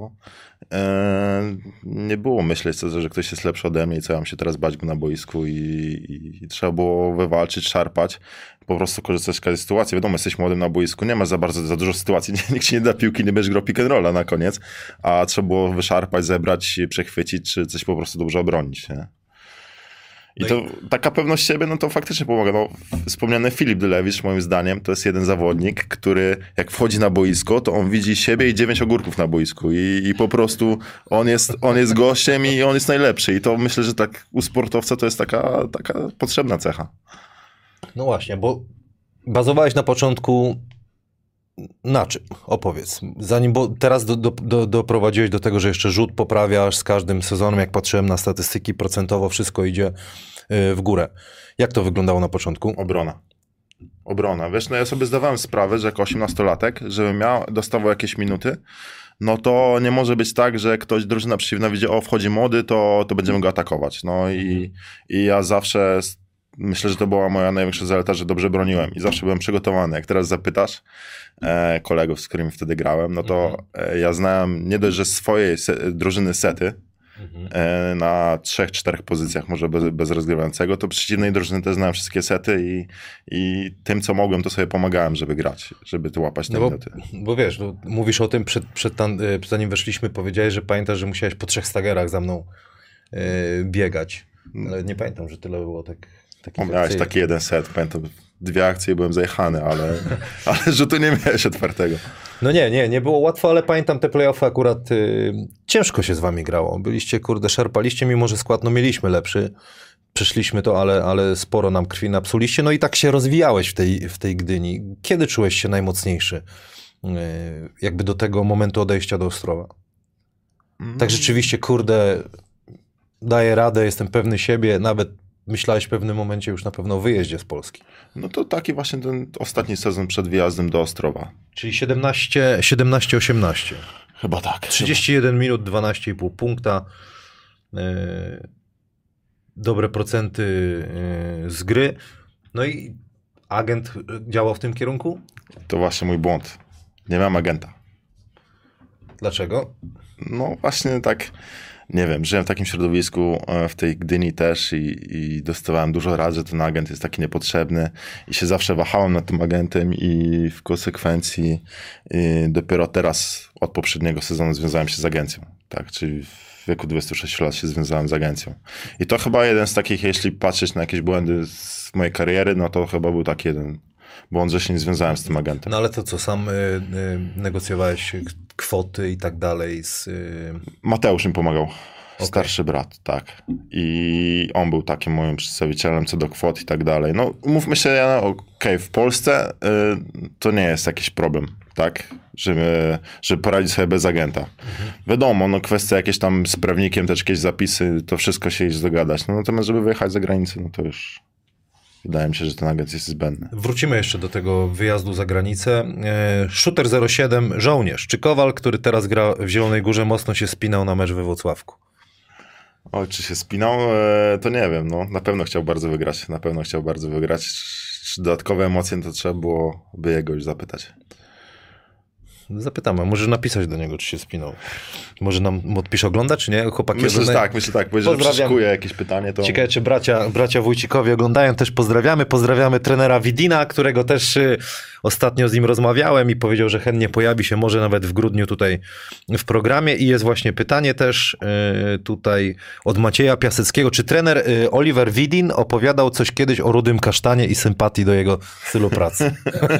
e, nie było myśleć, że ktoś jest lepszy ode mnie i co ja mam się teraz bać go na boisku i, i, i trzeba było wywalczyć, szarpać, po prostu korzystać z każdej sytuacji. Wiadomo, jesteś młodym na boisku, nie ma za bardzo, za dużo sytuacji, nikt ci nie da piłki, nie będziesz grał pick and rolla na koniec, a trzeba było wyszarpać, zebrać, przechwycić, czy coś po prostu dobrze obronić, nie? I No to i... taka pewność siebie, no to faktycznie pomaga. No, wspomniany Filip Dylewicz, moim zdaniem, to jest jeden zawodnik, który jak wchodzi na boisko, to on widzi siebie i dziewięć ogórków na boisku i, i po prostu on jest, on jest gościem i on jest najlepszy. I to myślę, że tak u sportowca to jest taka, taka potrzebna cecha. No właśnie, bo bazowałeś na początku na czym? Opowiedz. Zanim, bo teraz do, do, do, doprowadziłeś do tego, że jeszcze rzut poprawiasz z każdym sezonem. Jak patrzyłem na statystyki, procentowo wszystko idzie w górę. Jak to wyglądało na początku? Obrona. Obrona. Wiesz, no ja sobie zdawałem sprawę, że jako osiemnastolatek, żebym miał, dostawał jakieś minuty, no to nie może być tak, że ktoś, drużyna przeciwna widzi, o wchodzi młody, to, to będziemy go atakować. No i, i ja zawsze... Myślę, że to była moja największa zaleta, że dobrze broniłem i zawsze byłem przygotowany. Jak teraz zapytasz e, kolegów, z którymi wtedy grałem, no to e, ja znałem nie dość, że swojej se, drużyny sety e, na trzech, czterech pozycjach, może bez, bez rozgrywającego, to przeciwnej drużyny też znałem wszystkie sety i, i tym, co mogłem, to sobie pomagałem, żeby grać, żeby tu łapać te no bo, minuty. Bo wiesz, no, mówisz o tym, przed, przed tam, zanim weszliśmy, powiedziałeś, że pamiętasz, że musiałeś po trzech stagerach za mną e, biegać. Ale nie pamiętam, że tyle było tak... O, miałeś taki jeden set, pamiętam, dwie akcje i byłem zajechany, ale, ale rzutu nie miałeś otwartego. No nie, nie, nie było łatwo, ale pamiętam te play-offy akurat y, ciężko się z wami grało. Byliście, kurde, szarpaliście, mimo że skład no mieliśmy lepszy. Przeszliśmy to, ale, ale sporo nam krwi napsuliście. No i tak się rozwijałeś w tej, w tej Gdyni. Kiedy czułeś się najmocniejszy? Y, jakby do tego momentu odejścia do Ostrowa. Mm. Tak rzeczywiście, kurde, daję radę, jestem pewny siebie, nawet myślałeś w pewnym momencie już na pewno o wyjeździe z Polski. No to taki właśnie ten ostatni sezon przed wyjazdem do Ostrowa. Czyli siedemnaście osiemnaście. Chyba tak. trzydzieści jeden minut, dwanaście i pół punkta. Yy, dobre procenty yy, z gry. No i agent działał w tym kierunku? To właśnie mój błąd. Nie mam agenta. Dlaczego? No właśnie tak, nie wiem, żyłem w takim środowisku, w tej Gdyni też i, i dostawałem dużo rad, że ten agent jest taki niepotrzebny i się zawsze wahałem nad tym agentem i w konsekwencji i dopiero teraz od poprzedniego sezonu związałem się z agencją, tak, czyli w wieku dwudziestu sześciu lat się związałem z agencją. I to chyba jeden z takich, jeśli patrzeć na jakieś błędy z mojej kariery, no to chyba był taki jeden błąd, że się nie związałem z tym agentem. No ale to co, sam y, y, negocjowałeś kwoty i tak dalej z... Y... Mateusz mi pomagał. Okay. Starszy brat, tak. I on był takim moim przedstawicielem co do kwot i tak dalej. No mówmy się, ja, okej, okay, w Polsce y, to nie jest jakiś problem, tak? Żeby, żeby poradzić sobie bez agenta. Mhm. Wiadomo, no kwestia jakieś tam z prawnikiem, też jakieś zapisy, to wszystko się iść dogadać. No natomiast żeby wyjechać za granicę, no to już... Wydaje mi się, że ten agent jest zbędny. Wrócimy jeszcze do tego wyjazdu za granicę. Shooter zero siedem, żołnierz. Czy Kowal, który teraz gra w Zielonej Górze, mocno się spinał na mecz we Włocławku? O, czy się spinał? To nie wiem. No, na pewno chciał bardzo wygrać. Na pewno chciał bardzo wygrać. Czy dodatkowe emocje, to trzeba było by jego już zapytać. Zapytamy, możesz napisać do niego, czy się spinał. Może nam odpisze, ogląda, czy nie? Chłopaki myślę, oglądają... że tak, myślę tak, bo jeżeli przeszukuje jakieś pytanie, to... Ciekawe, czy bracia, bracia Wójcikowie oglądają, też pozdrawiamy. Pozdrawiamy trenera Widina, którego też y, ostatnio z nim rozmawiałem i powiedział, że chętnie pojawi się może nawet w grudniu tutaj w programie. I jest właśnie pytanie też y, tutaj od Macieja Piaseckiego. Czy trener y, Oliver Widin opowiadał coś kiedyś o Rudym Kasztanie i sympatii do jego stylu pracy?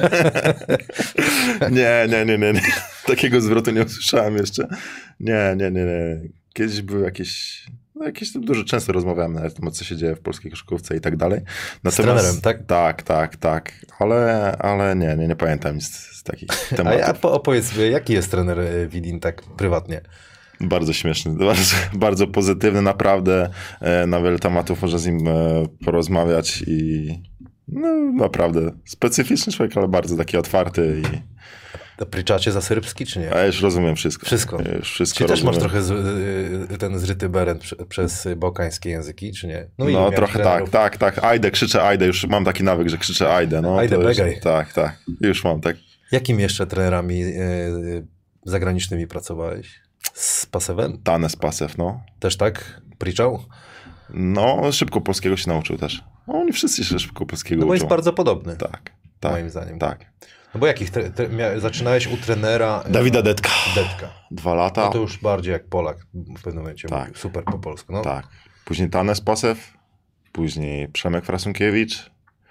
nie, nie, nie, nie, nie. Takiego zwrotu nie usłyszałem jeszcze. Nie, nie, nie, nie. Kiedyś były jakieś... No jakieś dużo często rozmawiałem nawet o tym, co się dzieje w polskiej koszykówce i tak dalej. Natomiast, z trenerem, tak? Tak, tak, tak. Ale, ale nie, nie, nie pamiętam nic z, z takich tematów. A ja opowiedz, jaki jest trener Widin tak prywatnie? Bardzo śmieszny, bardzo, bardzo pozytywny, naprawdę. Na wiele tematów można z nim porozmawiać i no naprawdę specyficzny człowiek, ale bardzo taki otwarty i to pryczacie za serbski, czy nie? A ja już rozumiem wszystko. Wszystko. Ja już wszystko Czy też rozumiem. masz trochę z, ten zryty beren przez bałkańskie języki, czy nie? No, no trochę trenerów. tak, tak, tak. Ajde, krzyczę Ajde. Już mam taki nawyk, że krzyczę Ajde. No, Ajde, to już, begaj. Tak, tak. Już mam, tak. Jakimi jeszcze trenerami e, zagranicznymi pracowałeś? Z Pasewem? Tanes Pasew, no. Też tak? Pričał? No, szybko polskiego się nauczył też. No, oni wszyscy się szybko polskiego no, uczą. bo jest bardzo podobny. Tak, tak. Moim zdaniem. Tak. No bo jakich tre, tre, mia, zaczynałeś u trenera... Dawida Detka. Detka. Dwa lata. No to już bardziej jak Polak w pewnym momencie tak. mówił. Super po polsku. No. Tak. Później Tanes Pasew, później Przemek Frasunkiewicz,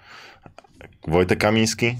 Wojtek Kamiński,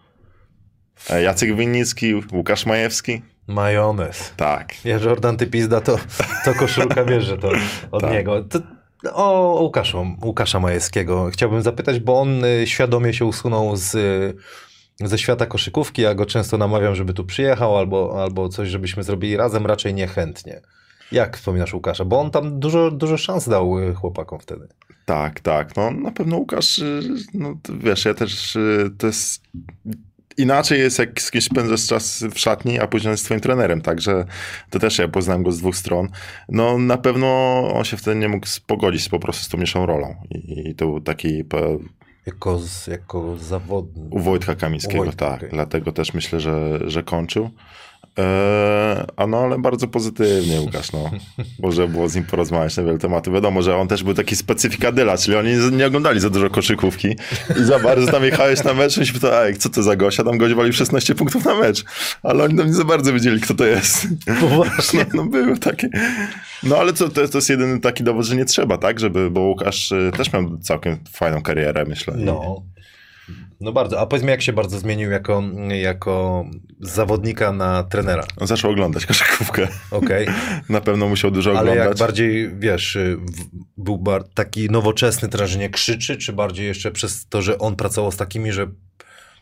Jacek Winnicki, Łukasz Majewski. Majonez. Tak. Ja, Jordan, ty pizda, to, to koszulka, wiesz, że to od tak. niego. To, o Łukaszu, Łukasza Majewskiego chciałbym zapytać, bo on świadomie się usunął z, ze świata koszykówki. Ja go często namawiam, żeby tu przyjechał albo, albo coś, żebyśmy zrobili razem, raczej niechętnie. Jak wspominasz Łukasza? Bo on tam dużo, dużo szans dał chłopakom wtedy. Tak, tak. No na pewno Łukasz, no wiesz, ja też, to jest... Inaczej jest, jak z kimś spędzasz czas w szatni, a później jest twoim trenerem, także to też ja poznałem go z dwóch stron. No na pewno on się wtedy nie mógł pogodzić po prostu z tą mniejszą rolą i, i to był taki... Jako, z, jako zawodnik. U Wojtka Kamińskiego, Wojtka, tak. Okay. Dlatego też myślę, że, że kończył. Eee, a no, ale bardzo pozytywnie Łukasz, no. Można było z nim porozmawiać na wiele tematów. Wiadomo, że on też był taki specyfikadyla, czyli oni nie oglądali za dużo koszykówki i za bardzo tam jechałeś na mecz i się pytał, ej, co to za gościa? Tam gość walił szesnaście punktów na mecz. Ale oni tam nie za bardzo wiedzieli, kto to jest. Właśnie. No, no były takie. No ale to, to, to jest jedyny taki dowód, że nie trzeba, tak? Żeby, bo Łukasz też miał całkiem fajną karierę, myślę. No. No bardzo. A powiedz mi, jak się bardzo zmienił jako, jako zawodnika na trenera? On zaczął oglądać koszykówkę. Okej. Okay. Na pewno musiał dużo Ale oglądać. Ale jak bardziej, wiesz, był bar- taki nowoczesny trener, że nie krzyczy, czy bardziej jeszcze przez to, że on pracował z takimi, że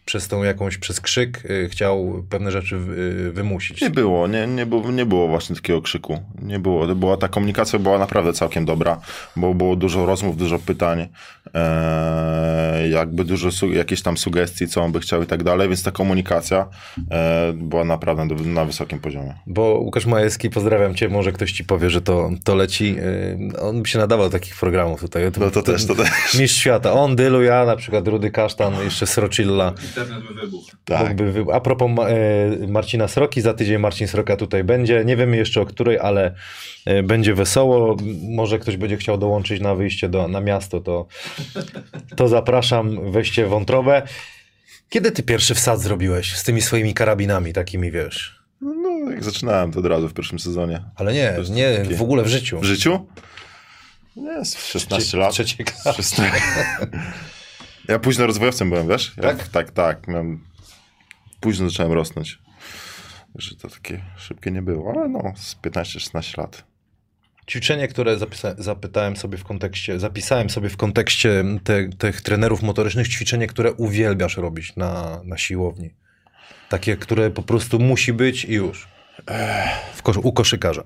przez tą jakąś, przez krzyk y, chciał pewne rzeczy y, wymusić. Nie było, nie, nie, było, nie było właśnie takiego krzyku. Nie było. To była, ta komunikacja była naprawdę całkiem dobra, bo było dużo rozmów, dużo pytań, e, jakby dużo su- jakichś tam sugestii, co on by chciał i tak dalej, więc ta komunikacja e, była naprawdę do, na wysokim poziomie. Bo Łukasz Majewski, pozdrawiam cię, może ktoś ci powie, że to, to leci. Y, on by się nadawał do takich programów tutaj. No to też, to też. Mistrz świata. On, Dylu, ja, na przykład Rudy Kasztan, jeszcze Srocilla. Internet by wybuchł. Tak. Mógłby wy... A propos Ma- e, Marcina Sroki, za tydzień Marcin Sroka tutaj będzie. Nie wiemy jeszcze o której, ale e, będzie wesoło. Może ktoś będzie chciał dołączyć na wyjście do, na miasto, to, to zapraszam, weźcie wątrobę. Kiedy ty pierwszy wsad zrobiłeś z tymi swoimi karabinami takimi, wiesz? No, jak zaczynałem to od razu w pierwszym sezonie. Ale nie, nie takie- w ogóle w życiu. W życiu? Nie, z szesnaście lat. Trzeciej klasy. szesnaście Ja późno rozwojowcem byłem, wiesz? Ja, Tak? Tak, tak. Miałem... Późno zacząłem rosnąć. Że to takie szybkie nie było, ale no, z piętnaście szesnaście lat. Ćwiczenie, które zapisa- zapytałem sobie w kontekście, zapisałem sobie w kontekście te, tych trenerów motorycznych, ćwiczenie, które uwielbiasz robić na, na siłowni. Takie, które po prostu musi być i już. W kosz- u koszykarza.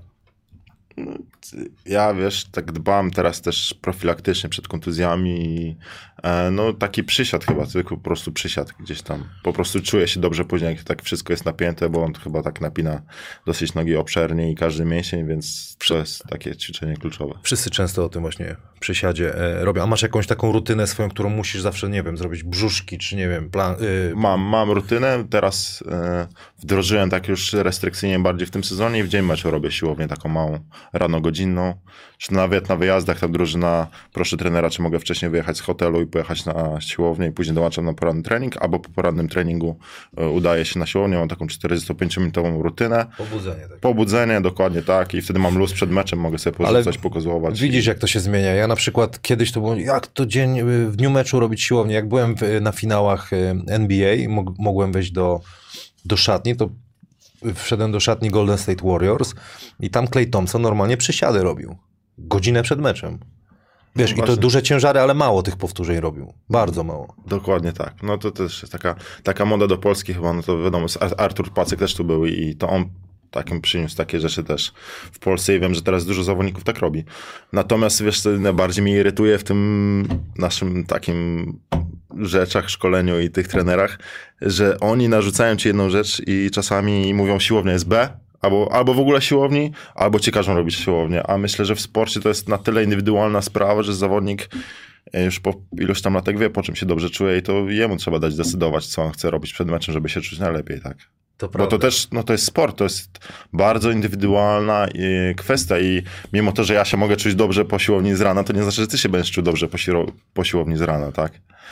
Ja, wiesz, tak dbam teraz też profilaktycznie przed kontuzjami i e, no taki przysiad chyba, zwykły po prostu przysiad gdzieś tam. Po prostu czuję się dobrze później, jak tak wszystko jest napięte, bo on chyba tak napina dosyć nogi obszernie i każdy mięsień, więc to jest takie ćwiczenie kluczowe. Wszyscy często o tym właśnie przysiadzie e, robią. A masz jakąś taką rutynę swoją, którą musisz zawsze, nie wiem, zrobić brzuszki, czy nie wiem, plan... Y- Mam, mam rutynę, teraz e, wdrożyłem tak już restrykcyjnie bardziej w tym sezonie i w dzień meczu robię siłownię taką małą, rano godzinną, czy nawet na wyjazdach tam drużyna proszę trenera, czy mogę wcześniej wyjechać z hotelu i pojechać na siłownię i później dołączam na poranny trening, albo po porannym treningu e, udaję się na siłownię, mam taką czterdziestopięciominutową rutynę. Pobudzenie. Tak. Pobudzenie, dokładnie tak, i wtedy mam luz przed meczem, mogę sobie porzucać, pokazować. Widzisz, jak to się zmienia. Ja na przykład kiedyś to było, jak to dzień y, w dniu meczu robić siłownię. Jak byłem w, na finałach y, N B A, mog, mogłem wejść do, do szatni, to wszedłem do szatni Golden State Warriors i tam Klay Thompson normalnie przysiady robił. Godzinę przed meczem. Wiesz, No i to właśnie. duże ciężary, ale mało tych powtórzeń robił. Bardzo mało. Dokładnie tak. No to też jest taka, taka moda do Polski chyba, no to wiadomo, Ar- Artur Pacek też tu był i to on takim przyniósł takie rzeczy też w Polsce i wiem, że teraz dużo zawodników tak robi. Natomiast wiesz, co najbardziej mnie irytuje w tym naszym takim rzeczach, szkoleniu i tych trenerach, że oni narzucają ci jedną rzecz i czasami mówią siłownia jest B, albo, albo w ogóle siłowni, albo ci każą robić siłownię. A myślę, że w sporcie to jest na tyle indywidualna sprawa, że zawodnik już po iluś tam latach wie, po czym się dobrze czuje i to jemu trzeba dać decydować, co on chce robić przed meczem, żeby się czuć najlepiej, tak? To Bo prawda. to też, no to jest sport, to jest bardzo indywidualna y, kwestia i mimo to, że ja się mogę czuć dobrze po siłowni z rana, to nie znaczy, że ty się będziesz czuł dobrze po, siło- po siłowni z rana, tak?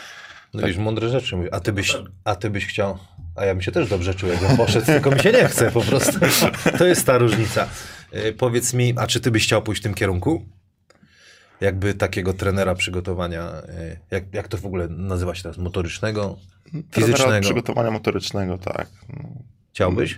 No wiesz, mądre rzeczy mówię. A ty byś, a ty byś chciał... A ja bym się też dobrze czuł, jakbym poszedł, tylko mi się nie chce po prostu. To jest ta różnica. Yy, powiedz mi, a czy ty byś chciał pójść w tym kierunku? Jakby takiego trenera przygotowania, yy, jak, jak to w ogóle nazywa się teraz? Motorycznego? Trenera Fizycznego? przygotowania motorycznego, tak. No. Chciałbyś?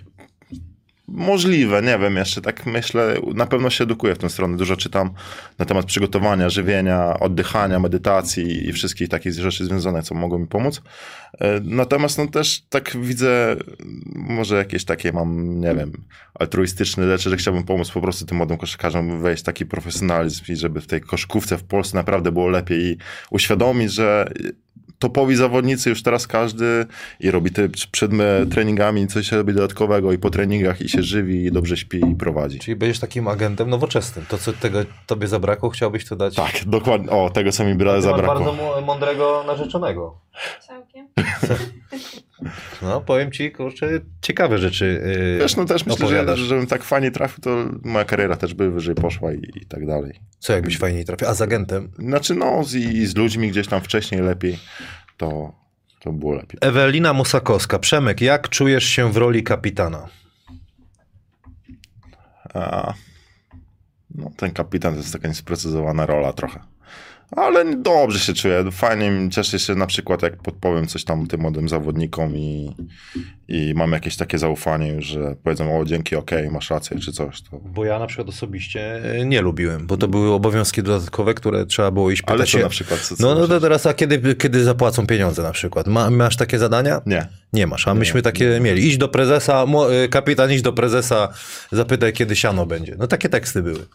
Możliwe, nie wiem, jeszcze tak myślę, na pewno się edukuję w tę stronę, dużo czytam na temat przygotowania, żywienia, oddychania, medytacji i wszystkich takich rzeczy związanych, co mogą mi pomóc. Natomiast no też tak widzę, może jakieś takie mam, nie wiem, altruistyczne rzeczy, że chciałbym pomóc po prostu tym młodym koszykarzom wejść w taki profesjonalizm i żeby w tej koszykówce w Polsce naprawdę było lepiej i uświadomić, że topowi zawodnicy już teraz każdy i robi te przed treningami coś robi dodatkowego i po treningach i się żywi i dobrze śpi i prowadzi. Czyli będziesz takim agentem nowoczesnym. To, co tego tobie zabrakło, chciałbyś to dać? Tak, dokładnie. O, tego co mi bra- zabrakło. bardzo mądrego narzeczonego. Całkiem. No, powiem ci, kurczę, ciekawe rzeczy yy, Wiesz, no też myślę, że, opowiadasz. żebym tak fajnie trafił, to moja kariera też by wyżej poszła i, i tak dalej. Co jakbyś fajniej trafił? A z agentem? Znaczy no, z, i z ludźmi gdzieś tam wcześniej lepiej, to, to było lepiej. Ewelina Musakowska. Przemek, jak czujesz się w roli kapitana? A, no, ten kapitan to jest taka niesprecyzowana rola trochę. Ale dobrze się czuję. Fajnie mi cieszę się na przykład, jak podpowiem coś tam tym młodym zawodnikom i, i mam jakieś takie zaufanie już, że powiedzą, o dzięki, okej, okay, masz rację, czy coś. To... Bo ja na przykład osobiście nie lubiłem, bo to były obowiązki dodatkowe, które trzeba było iść pytać Ale co się... na przykład? Co, co no, no to teraz, a kiedy, kiedy zapłacą pieniądze na przykład? Ma, masz takie zadania? Nie. Nie masz, a myśmy nie, takie nie. mieli. Idź do prezesa, kapitan, idź do prezesa, zapytaj, kiedy siano będzie. No takie teksty były.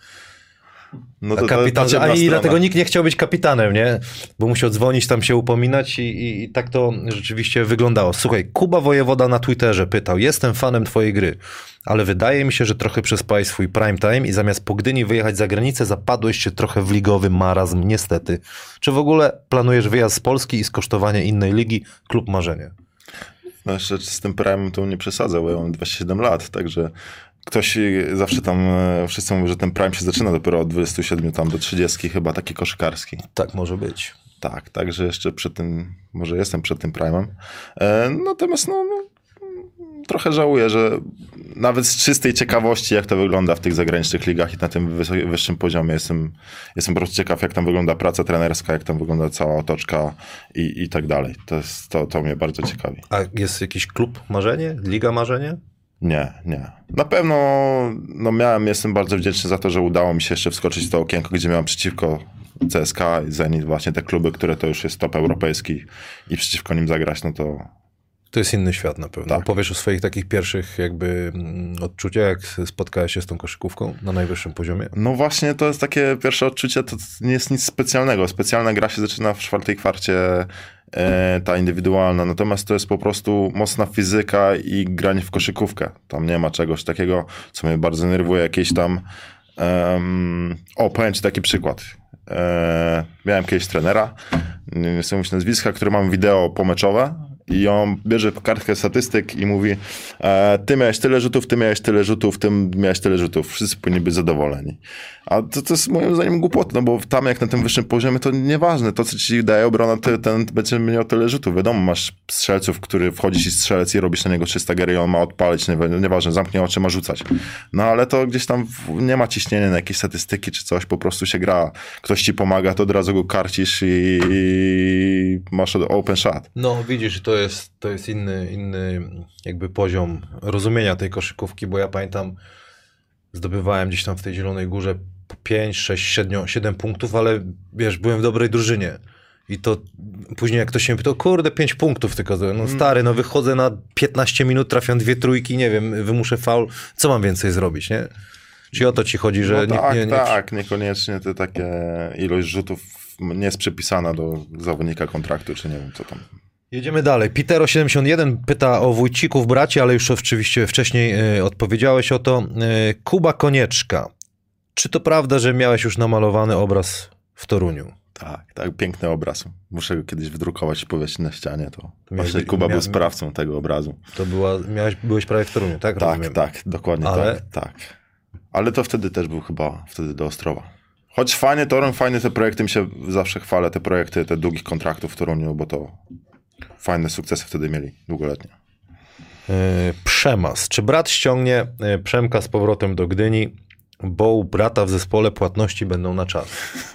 No to, a kapitan, to, to a i strona. dlatego nikt nie chciał być kapitanem, nie? Bo musiał dzwonić, tam się upominać i, i, i tak to rzeczywiście wyglądało. Słuchaj, Kuba Wojewoda na Twitterze pytał, jestem fanem twojej gry, ale wydaje mi się, że trochę przespałeś swój prime time i zamiast po Gdyni wyjechać za granicę, zapadłeś się trochę w ligowy marazm, niestety. Czy w ogóle planujesz wyjazd z Polski i skosztowanie innej ligi? Klub marzenie. No jeszcze z tym prime to nie przesadzał, bo ja mam dwadzieścia siedem lat, także ktoś zawsze tam, wszyscy mówią, że ten prime się zaczyna dopiero od dwudziestu siedmiu tam do trzydziestu, chyba taki koszykarski. Tak może być. Tak, także jeszcze przed tym, może jestem przed tym prime'em. E, natomiast no, no, trochę żałuję, że nawet z czystej ciekawości, jak to wygląda w tych zagranicznych ligach i na tym wyższym poziomie, jestem, jestem po prostu ciekaw, jak tam wygląda praca trenerska, jak tam wygląda cała otoczka i, i tak dalej. To, jest, to, to mnie bardzo ciekawi. A jest jakiś klub marzenie? Liga marzenie? Nie, nie. Na pewno no miałem, jestem bardzo wdzięczny za to, że udało mi się jeszcze wskoczyć w to okienko, gdzie miałem przeciwko C S K i Zenit, właśnie te kluby, które to już jest top europejski i przeciwko nim zagrać, no to... To jest inny świat na pewno. Tak. Powiesz o swoich takich pierwszych jakby odczuciach, jak spotkałeś się z tą koszykówką na najwyższym poziomie? No właśnie, to jest takie pierwsze odczucie, to nie jest nic specjalnego. Specjalna gra się zaczyna w czwartej kwarcie, e, ta indywidualna, natomiast to jest po prostu mocna fizyka i granie w koszykówkę. Tam nie ma czegoś takiego, co mnie bardzo nerwuje, jakieś tam... Um, o, powiem ci taki przykład. E, miałem kiedyś trenera, nie chcę mówić nazwiska, który mam wideo pomeczowe i on bierze kartkę statystyk i mówi e, ty miałeś tyle rzutów, ty miałeś tyle rzutów, ty miałeś tyle rzutów. Wszyscy powinni być zadowoleni. A to, to jest moim zdaniem głupota, no bo tam jak na tym wyższym poziomie to nieważne. To, co ci daje obrona, ty, ten będzie miał tyle rzutów. Wiadomo, masz strzelców, który wchodzi ci strzelec i robisz na niego trzysta gier i on ma odpalić, nie, nieważne, zamknie oczy, ma rzucać. No ale to gdzieś tam nie ma ciśnienia na jakieś statystyki czy coś, po prostu się gra. Ktoś ci pomaga, to od razu go karcisz i, i masz open shot. No widzisz, to jest, to jest inny, inny jakby poziom rozumienia tej koszykówki, bo ja pamiętam, zdobywałem gdzieś tam w tej Zielonej Górze pięć, sześć, siedem punktów, ale wiesz, byłem w dobrej drużynie. I to później jak ktoś się pytał, kurde, pięć punktów tylko, no stary, no wychodzę na piętnaście minut, trafiam dwie trójki, nie wiem, wymuszę faul, co mam więcej zrobić, nie? Czy o to ci chodzi, że... No tak, nie, nie, nie... tak, niekoniecznie te takie ilość rzutów nie jest przypisana do zawodnika kontraktu, czy nie wiem, co tam. Jedziemy dalej. Pitero siedemdziesiąt jeden pyta o Wójcików braci, ale już oczywiście wcześniej y, odpowiedziałeś o to. Y, Kuba Konieczka. Czy to prawda, że miałeś już namalowany obraz w Toruniu? Tak, tak, piękny obraz. Muszę go kiedyś wydrukować i powiesić na ścianie. To Miałeś, właśnie Kuba mia... był sprawcą tego obrazu. To była, miałeś, byłeś prawie w Toruniu, tak? Tak, Rozumiem. tak, dokładnie ale... tak, tak. Ale to wtedy też był chyba wtedy do Ostrowa. Choć fajnie Toruń, fajne te projekty, mi się zawsze chwalę, te projekty, te długich kontraktów w Toruniu, bo to fajne sukcesy wtedy mieli, długoletnie. Yy, Przemas. Czy brat ściągnie yy, Przemka z powrotem do Gdyni, bo u brata w zespole płatności będą na czas?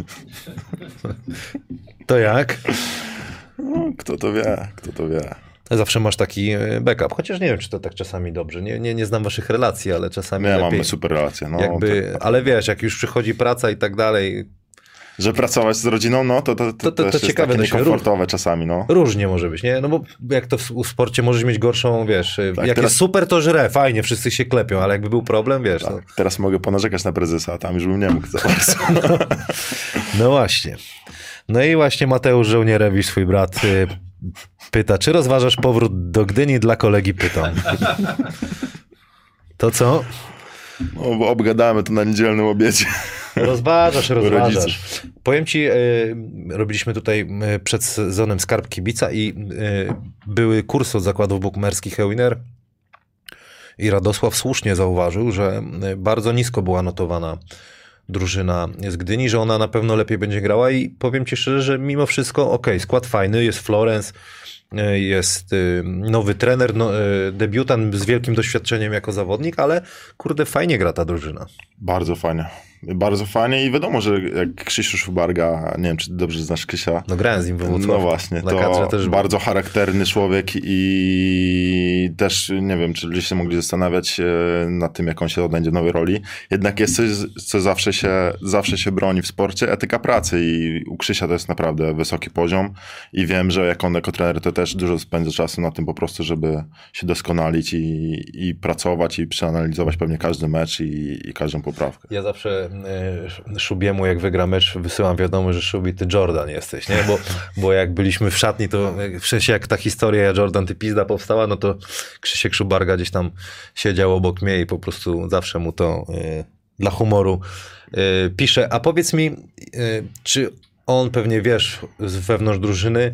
To jak? No, kto to wie, kto to wie. Zawsze masz taki backup, chociaż nie wiem, czy to tak czasami dobrze. Nie, nie, nie znam waszych relacji, ale czasami Nie, lepiej. mamy super relacje. No, jakby, tak, ale wiesz, jak już przychodzi praca i tak dalej... Że pracować z rodziną, no to to, to, to, to, to, to jest ciekawe, takie niekomfortowe róż, czasami, no. Różnie może być, nie? No bo jak to w, w sporcie możesz mieć gorszą, wiesz, Tak, jak teraz... jest super, to żre, fajnie, wszyscy się klepią, ale jakby był problem, wiesz. Tak, to... Teraz mogę ponarzekać na prezesa, a tam już bym nie mógł za bardzo. No właśnie. No i właśnie Mateusz Żołnierewicz, swój brat, y, pyta, czy rozważasz powrót do Gdyni? Dla kolegi pytam. To co? No, bo obgadamy to na niedzielnym obiedzie. Rozważasz, rozważasz. Powiem ci, y, robiliśmy tutaj y, przed sezonem Skarb Kibica i y, były kursy od zakładów bukmerskich Ewiner i Radosław słusznie zauważył, że y, bardzo nisko była notowana drużyna z Gdyni, że ona na pewno lepiej będzie grała i powiem ci szczerze, że mimo wszystko, okej, okay, skład fajny, jest Florence, jest nowy trener, no, debiutant z wielkim doświadczeniem jako zawodnik, ale kurde, fajnie gra ta drużyna. Bardzo fajnie. Bardzo fajnie i wiadomo, że jak Krzysiu Szubarga, nie wiem, czy dobrze znasz Krzysia. No grałem z nim we Włocławku. No właśnie, to też bardzo był. Charakterny człowiek i też nie wiem, czy ludzie się mogli zastanawiać nad tym, jak on się odnajdzie w nowej roli. Jednak jest coś, co zawsze się, zawsze się broni w sporcie, etyka pracy i u Krzysia to jest naprawdę wysoki poziom i wiem, że jak on jako trener to też dużo spędza czasu na tym po prostu, żeby się doskonalić i, i pracować i przeanalizować pewnie każdy mecz i, i każdą poprawkę. Ja zawsze Szubiemu, jak wygra mecz, wysyłam wiadomość, że Szubi, ty Jordan jesteś, nie? Bo, bo jak byliśmy w szatni, to w sensie jak ta historia Jordan, ty pizda powstała, no to Krzysiek Szubarga gdzieś tam siedział obok mnie i po prostu zawsze mu to y, dla humoru y, pisze. A powiedz mi, y, czy on, pewnie wiesz, z wewnątrz drużyny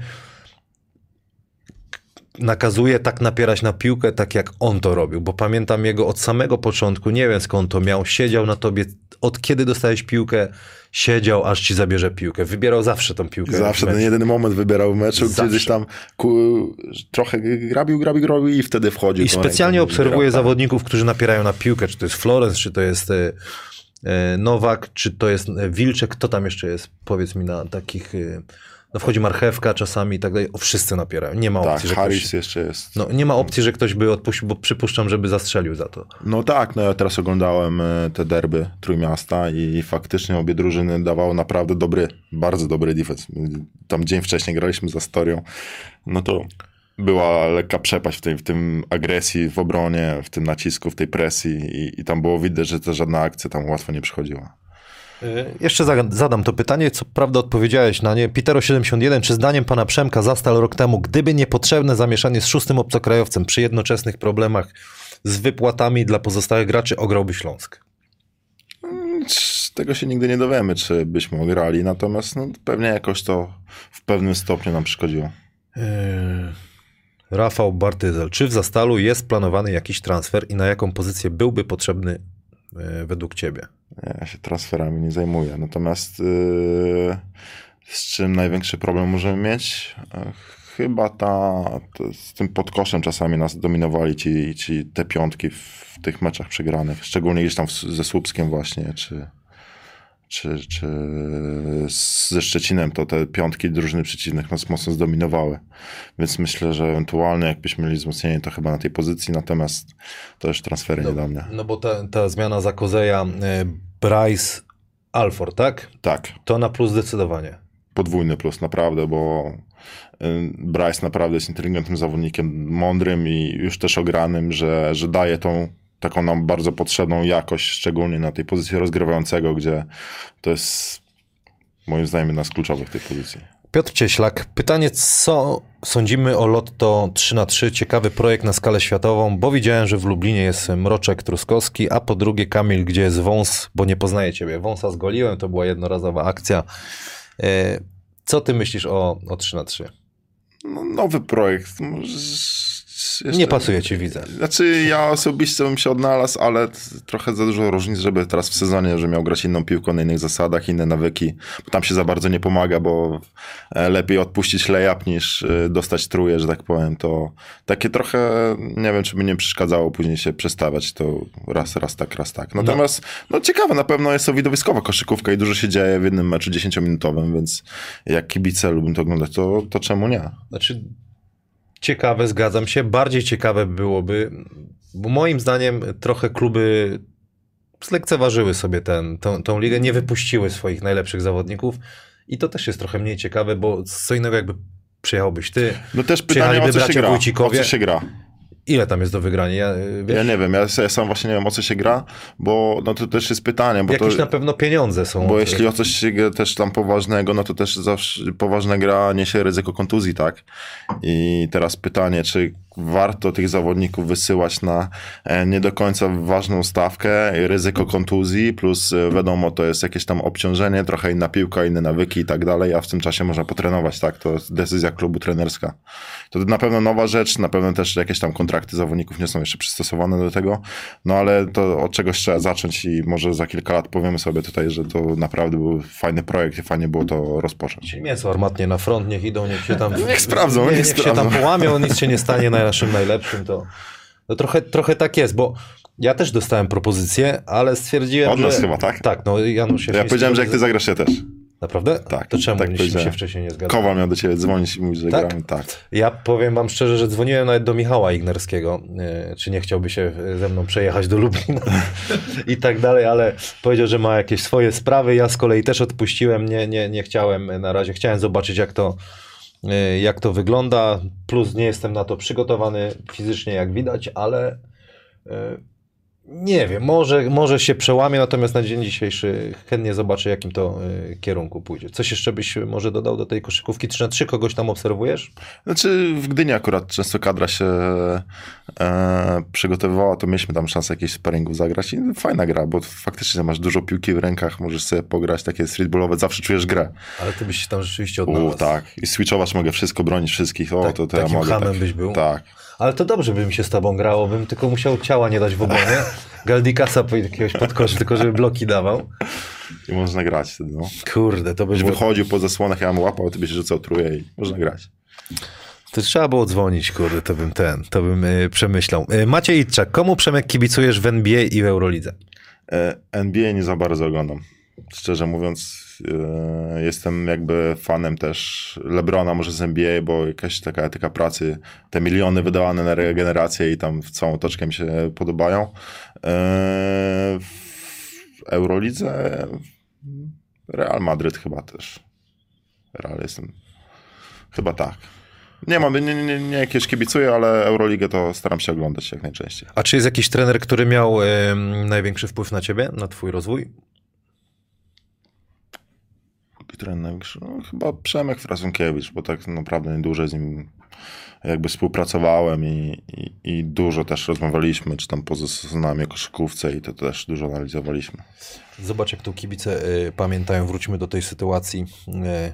nakazuje tak napierać na piłkę, tak jak on to robił, bo pamiętam jego od samego początku, nie wiem skąd to miał, siedział na tobie, od kiedy dostałeś piłkę, siedział, aż ci zabierze piłkę. Wybierał zawsze tą piłkę. Zawsze ten jeden moment wybierał w meczu, zawsze. Gdzieś tam ku, trochę grabił, grabił, grabił i wtedy wchodził. I specjalnie obserwuję zawodników, którzy napierają na piłkę, czy to jest Florence, czy to jest e, e, Nowak, czy to jest Wilczek, kto tam jeszcze jest, powiedz mi, na takich... E, no wchodzi Marchewka czasami i tak dalej. O, wszyscy napierają. Nie ma opcji, tak, że Harris ktoś... jeszcze jest. No, nie ma opcji, że ktoś by odpuścił, bo przypuszczam, żeby zastrzelił za to. No tak, no ja teraz oglądałem te derby Trójmiasta i faktycznie obie drużyny dawały naprawdę dobry, bardzo dobry defense. Tam dzień wcześniej graliśmy z Astorią. No to była lekka przepaść w, tej, w tym agresji, w obronie, w tym nacisku, w tej presji i, i tam było widać, że to żadna akcja tam łatwo nie przychodziła. Jeszcze zadam to pytanie, co prawda odpowiedziałeś na nie. Pitero siedemdziesiąt jeden, czy zdaniem pana Przemka Zastal rok temu, gdyby niepotrzebne zamieszanie z szóstym obcokrajowcem przy jednoczesnych problemach z wypłatami dla pozostałych graczy, ograłby Śląsk? Tego się nigdy nie dowiemy, czy byśmy ograli, natomiast no, pewnie jakoś to w pewnym stopniu nam przeszkodziło. Yy... Rafał Bartyzel, czy w Zastalu jest planowany jakiś transfer i na jaką pozycję byłby potrzebny yy, według ciebie? Ja się transferami nie zajmuję. Natomiast yy, z czym największy problem możemy mieć? Chyba ta, to z tym podkoszem czasami nas dominowali ci, ci te piątki w tych meczach przegranych. Szczególnie gdzieś tam ze Słupskiem właśnie, czy, czy, czy ze Szczecinem, to te piątki drużyny przeciwnych nas mocno zdominowały. Więc myślę, że ewentualnie jakbyśmy mieli wzmocnienie, to chyba na tej pozycji, natomiast to już transfery no, nie do mnie. No bo ta, ta zmiana za Kozeja, Bryce Alford, tak? Tak. To na plus zdecydowanie. Podwójny plus, naprawdę, bo Bryce naprawdę jest inteligentnym zawodnikiem, mądrym i już też ogranym, że, że daje tą taką nam bardzo potrzebną jakość, szczególnie na tej pozycji rozgrywającego, gdzie to jest moim zdaniem jedna z kluczowych tej pozycji. Piotr Cieślak, pytanie, co sądzimy o Lotto trzy na trzy? Ciekawy projekt na skalę światową, bo widziałem, że w Lublinie jest Mroczek Truskowski, a po drugie Kamil, gdzie jest Wąs, bo nie poznaję ciebie. Wąsa zgoliłem, to była jednorazowa akcja. Co ty myślisz o, o trzy na trzy? No, nowy projekt. Jeszcze... Nie pasuje ci, widzę. Znaczy ja osobiście bym się odnalazł, ale trochę za dużo różnic, żeby teraz w sezonie, że miał grać inną piłką na innych zasadach, inne nawyki, bo tam się za bardzo nie pomaga, bo lepiej odpuścić layup niż dostać truje, że tak powiem. To takie trochę, nie wiem, czy by nie przeszkadzało później się przestawiać, to raz, raz tak, raz tak. Natomiast no, no ciekawe, na pewno jest to widowiskowa koszykówka i dużo się dzieje w jednym meczu dziesięciominutowym, więc jak kibice lubią to oglądać, to, to czemu nie? Znaczy... Ciekawe, zgadzam się. Bardziej ciekawe byłoby, bo moim zdaniem trochę kluby zlekceważyły sobie ten, tą, tą ligę, nie wypuściły swoich najlepszych zawodników i to też jest trochę mniej ciekawe, bo co innego jakby przyjechałbyś ty, no też pytanie, o co się gra, o co się gra. Ile tam jest do wygrania? Ja, wiesz? ja nie wiem, ja, ja sam właśnie nie wiem, o co się gra, bo no to też jest pytanie. Bo Jakieś to, na pewno pieniądze są. Bo jeśli o coś się gra też tam poważnego, no to też zawsze poważna gra niesie ryzyko kontuzji, tak? I teraz pytanie, czy warto tych zawodników wysyłać na nie do końca ważną stawkę, ryzyko kontuzji, plus wiadomo, to jest jakieś tam obciążenie, trochę inna piłka, inne nawyki i tak dalej, a w tym czasie można potrenować, tak, to jest decyzja klubu trenerska. To na pewno nowa rzecz, na pewno też jakieś tam kontrakty zawodników nie są jeszcze przystosowane do tego, no ale to od czegoś trzeba zacząć i może za kilka lat powiemy sobie tutaj, że to naprawdę był fajny projekt i fajnie było to rozpocząć. Czyli mięso armatnie na front, niech idą, niech się tam... Niech sprawdzą, nie, niech, niech sprawdzą. się tam połamią, nic się nie stanie na naszym najlepszym, to, to trochę, trochę tak jest, bo ja też dostałem propozycję, ale stwierdziłem, Od nas że... chyba, tak? Tak, no Janusz... Ja powiedziałem, że jak ty zagrasz, ja też. Naprawdę? Tak. To czemu tak tak się wcześniej nie zgadzał? Kowal miał do ciebie dzwonić i mówić, że tak? gramy, tak. Ja powiem wam szczerze, że dzwoniłem nawet do Michała Ignerskiego, yy, czy nie chciałby się ze mną przejechać do Lublina i tak dalej, ale powiedział, że ma jakieś swoje sprawy, ja z kolei też odpuściłem, nie, nie, nie chciałem na razie, chciałem zobaczyć jak to, yy, jak to wygląda, plus nie jestem na to przygotowany fizycznie jak widać, ale yy, nie wiem, może, może się przełamie, natomiast na dzień dzisiejszy chętnie zobaczę, jakim to y, kierunku pójdzie. Coś jeszcze byś może dodał do tej koszykówki? trzy na trzy kogoś tam obserwujesz? Znaczy w Gdyni akurat często kadra się e, przygotowywała, to mieliśmy tam szansę jakichś sparingów zagrać i fajna gra, bo faktycznie masz dużo piłki w rękach, możesz sobie pograć takie streetballowe, zawsze czujesz grę. Ale ty byś się tam rzeczywiście odnalazł. U, tak, i switchować mogę wszystko, bronić wszystkich, o tak, to, to ja takim mogę. hamem Tak, byś był? Tak. Ale to dobrze by mi się z tobą grało, bym tylko musiał ciała nie dać w obronie. Galdikasa po jakiegoś podkoszy, tylko żeby bloki dawał. I można grać wtedy, no. Kurde, to by Byś było... wychodził po zasłonach, ja bym łapał, ty byś rzucał truje i można grać. To trzeba było dzwonić, kurde, to bym ten, to bym y, przemyślał. Y, Maciej Itczak, komu, Przemek, kibicujesz w N B A i w Eurolidze? E, N B A nie za bardzo oglądam. Szczerze mówiąc, e, jestem jakby fanem też LeBrona, może z N B A, bo jakaś taka etyka pracy, te miliony wydawane na regenerację i tam w całą otoczkę mi się podobają. E, w Eurolidze Real Madryt chyba też. Real jestem. Chyba tak. Nie mam, nie, nie, nie jakieś kibicuję, ale Euroligę to staram się oglądać jak najczęściej. A czy jest jakiś trener, który miał y, największy wpływ na ciebie, na twój rozwój? Trener największy? No, chyba Przemek Frasunkiewicz, bo tak naprawdę niedużo z nim jakby współpracowałem i, i, i dużo też rozmawialiśmy, czy tam poza sezonami o koszykówce i to też dużo analizowaliśmy. Zobacz, jak tu kibice y, pamiętają, wróćmy do tej sytuacji y,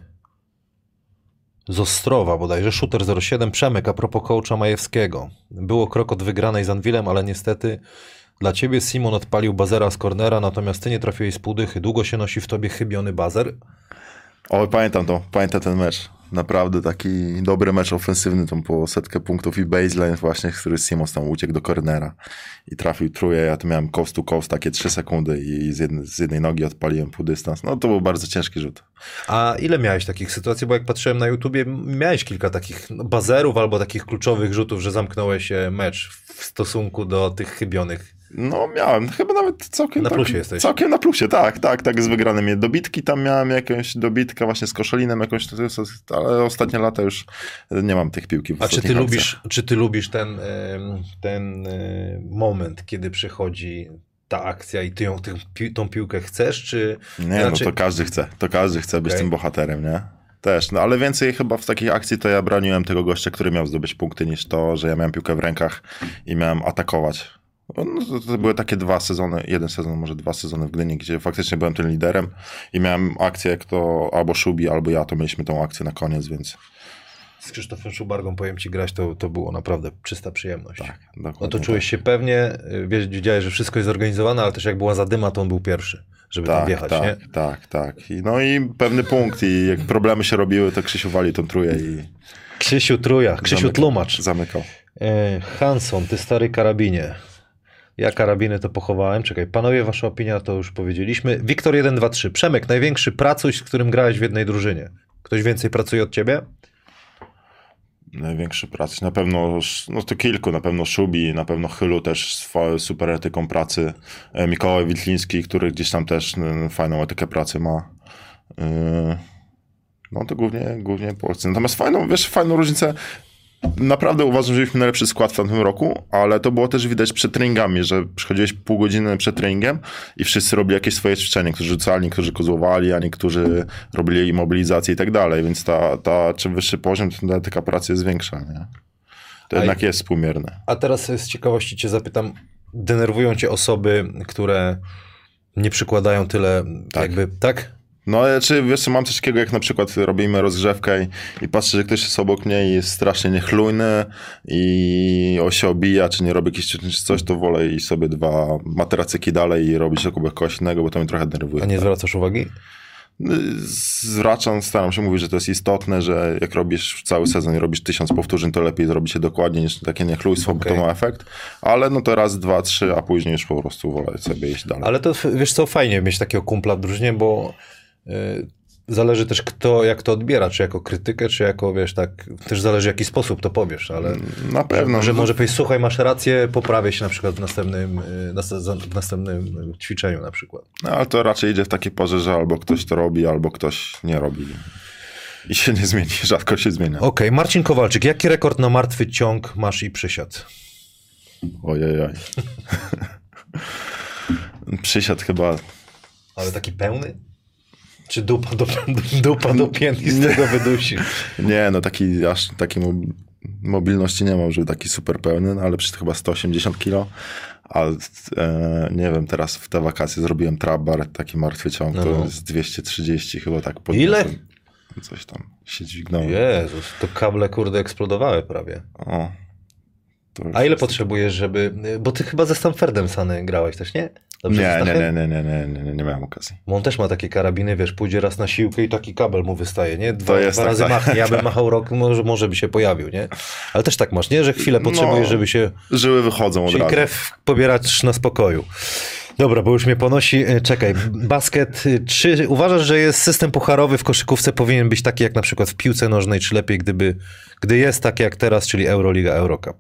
z Ostrowa bodajże, Shooter zero siedem, Przemek, a propos coacha Majewskiego. Było krok od wygranej z Anwilem, ale niestety dla ciebie Simon odpalił bazera z cornera, natomiast ty nie trafiłeś z półdychy. Długo się nosi w tobie chybiony bazer? O, pamiętam to, pamiętam ten mecz. Naprawdę taki dobry mecz ofensywny, tam po setkę punktów i baseline właśnie, który Simons tam uciekł do cornera i trafił truje. Ja tu miałem coast to coast, takie trzy sekundy i z jednej, z jednej nogi odpaliłem pół dystans. No to był bardzo ciężki rzut. A ile miałeś takich sytuacji? Bo jak patrzyłem na YouTubie, miałeś kilka takich no, bazerów albo takich kluczowych rzutów, że zamknąłeś mecz w stosunku do tych chybionych. No miałem, chyba nawet całkiem na tak, plusie jesteś. Całkiem na plusie, tak, tak, tak z wygranymi. Dobitki tam miałem jakąś dobitkę właśnie z Koszalinem, jakąś, ale ostatnie lata już nie mam tych piłki w A czy ty, akcjach. lubisz, czy ty lubisz ten, ten moment, kiedy przychodzi ta akcja i ty ją, ty, tą piłkę chcesz, czy... Nie, raczej... no to każdy chce, to każdy chce być okay. tym bohaterem, nie? Też, no ale więcej chyba w takiej akcji to ja broniłem tego gościa, który miał zdobyć punkty, niż to, że ja miałem piłkę w rękach i miałem atakować. No, to, to były takie dwa sezony, jeden sezon, może dwa sezony w Gdyni, gdzie faktycznie byłem tym liderem i miałem akcję, jak to albo Szubi, albo ja, to mieliśmy tą akcję na koniec, więc... Z Krzysztofem Szubargą, powiem ci, grać, to, to było naprawdę czysta przyjemność. Tak, no to czułeś tak. się pewnie, wiedziałeś, że wszystko jest zorganizowane, ale też jak była zadyma, to on był pierwszy, żeby tak, tam wjechać, tak, nie? Tak, tak. I, no i pewny punkt i jak problemy się robiły, to Krzysiu wali tą tróję i... Krzysiu Truja, Krzysiu zamykał, Tlumacz. Zamykał. E, Hanson, ty stary karabinie. Ja karabiny to pochowałem. Czekaj, panowie, wasza opinia to już powiedzieliśmy. Wiktor jeden dwa trzy. Przemek, największy pracuś, z którym grałeś w jednej drużynie. Ktoś więcej pracuje od ciebie? Największy pracuś. Na pewno, no to kilku. Na pewno Szubi, na pewno Chylu też z super etyką pracy. Mikołaj Witliński, który gdzieś tam też fajną etykę pracy ma. No to głównie, głównie Polscy. Natomiast fajną, wiesz, fajną różnicę. Naprawdę uważam, że mieliśmy najlepszy skład w tamtym roku, ale to było też widać przed treningami, że przychodziłeś pół godziny przed treningiem i wszyscy robili jakieś swoje ćwiczenia. Niektórzy rzucali, niektórzy kozłowali, a niektórzy robili mobilizację i tak dalej, więc ta, ta czym wyższy poziom, to ta etyka pracy jest większa. Nie? To jednak jest współmierne. A teraz z ciekawości cię zapytam, denerwują cię osoby, które nie przykładają tyle, Tak. jakby, tak? No, czy wiesz co, mam coś takiego, jak na przykład robimy rozgrzewkę i, i patrzę, że ktoś jest obok mnie i jest strasznie niechlujny i on się obija, czy nie robi jakiś czy coś, to wolę iść sobie dwa materacyki dalej i robić jakby kogoś innego, bo to mnie trochę denerwuje. A nie zwracasz uwagi? Zwracam, staram się mówić, że to jest istotne, że jak robisz cały sezon i robisz tysiąc powtórzeń, to lepiej zrobić je dokładnie niż takie niechlujstwo, Okay. bo to ma efekt. Ale no to raz, dwa, trzy, a później już po prostu wolę sobie iść dalej. Ale to, wiesz co, fajnie mieć takiego kumpla w drużynie, bo y, zależy też kto, jak to odbiera, czy jako krytykę, czy jako, wiesz, tak, też zależy w jaki sposób to powiesz, ale Na pewno. że, że może powiedzieć, słuchaj, masz rację, poprawię się na przykład w następnym, y, nas- w następnym ćwiczeniu na przykład. No, ale to raczej idzie w takiej porze, że albo ktoś to robi, albo ktoś nie robi. I się nie zmieni, rzadko się zmienia. Okej, okay. Marcin Kowalczyk, jaki rekord na martwy ciąg masz i przysiad? Ojej, oj. Przysiad chyba... Ale taki pełny? Czy dupa do, dupa do piętki z tego wydusi? Nie, no taki aż takiej mob- mobilności nie mam, żeby taki super pełny, no ale przy chyba sto osiemdziesiąt kilo. A e, nie wiem, teraz w te wakacje zrobiłem trap bar, taki martwy ciąg, No. to jest dwieście trzydzieści chyba tak. Ile? Coś tam się dźwignąłem. Jezus, to kable kurde eksplodowały prawie. O, to już A ile jest- potrzebujesz, żeby... Bo ty chyba ze Stanfordem Sany grałeś też, nie? Dobrze, Nie, ze nie, Stachem? nie, nie, nie, nie, nie, nie miałem okazji. Bo on też ma takie karabiny, wiesz, pójdzie raz na siłkę i taki kabel mu wystaje, nie? Dwa, To jest dwa tak, razy tak. machnie, ja bym machał rok, może, może by się pojawił, nie? Ale też tak masz, nie? Że chwilę potrzebujesz, No, żeby się... Żyły wychodzą od Czyli razu. krew pobierać na spokoju. Dobra, bo już mnie ponosi. E, Czekaj, basket. e, Czy uważasz, że jest system pucharowy w koszykówce powinien być taki jak na przykład w piłce nożnej, czy lepiej, gdyby, gdy jest tak jak teraz, czyli Euroliga, Eurocup?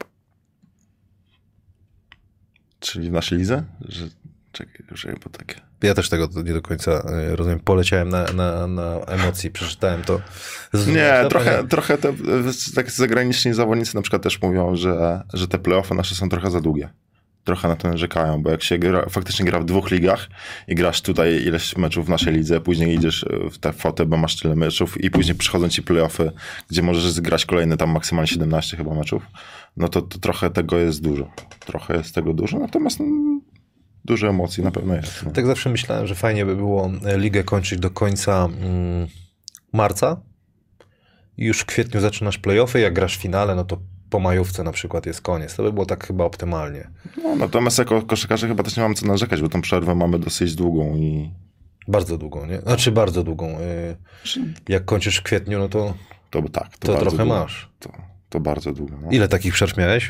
Czyli w naszej lidze? Że... Czekaj, że bo takie... Ja też tego nie do końca e, rozumiem. Poleciałem na, na, na emocji, przeczytałem to. Z... Nie, Dobra, trochę, nie. trochę te tak zagraniczni zawodnicy na przykład też mówią, że, że te playoffy nasze są trochę za długie. Trochę na to narzekają, bo jak się gra, faktycznie gra w dwóch ligach i grasz tutaj ileś meczów w naszej lidze, później idziesz w tę fotę, bo masz tyle meczów i później przychodzą ci playoffy, gdzie możesz zgrać kolejne tam maksymalnie siedemnaście chyba meczów, no to, to trochę tego jest dużo. Trochę jest tego dużo, natomiast no, dużo emocji na pewno jest. No. Tak zawsze myślałem, że fajnie by było e, ligę kończyć do końca mm, marca. I już w kwietniu zaczynasz playoffy, jak grasz w finale, no to po majówce na przykład jest koniec. To by było tak chyba optymalnie. No, natomiast jako koszykarze chyba też nie mamy co narzekać, bo tą przerwę mamy dosyć długą i Bardzo długą, nie? Znaczy bardzo długą. Y, Jak kończysz w kwietniu, no to, to by tak. to bardzo trochę długo. masz. To, to bardzo długo. No. Ile takich przerw miałeś?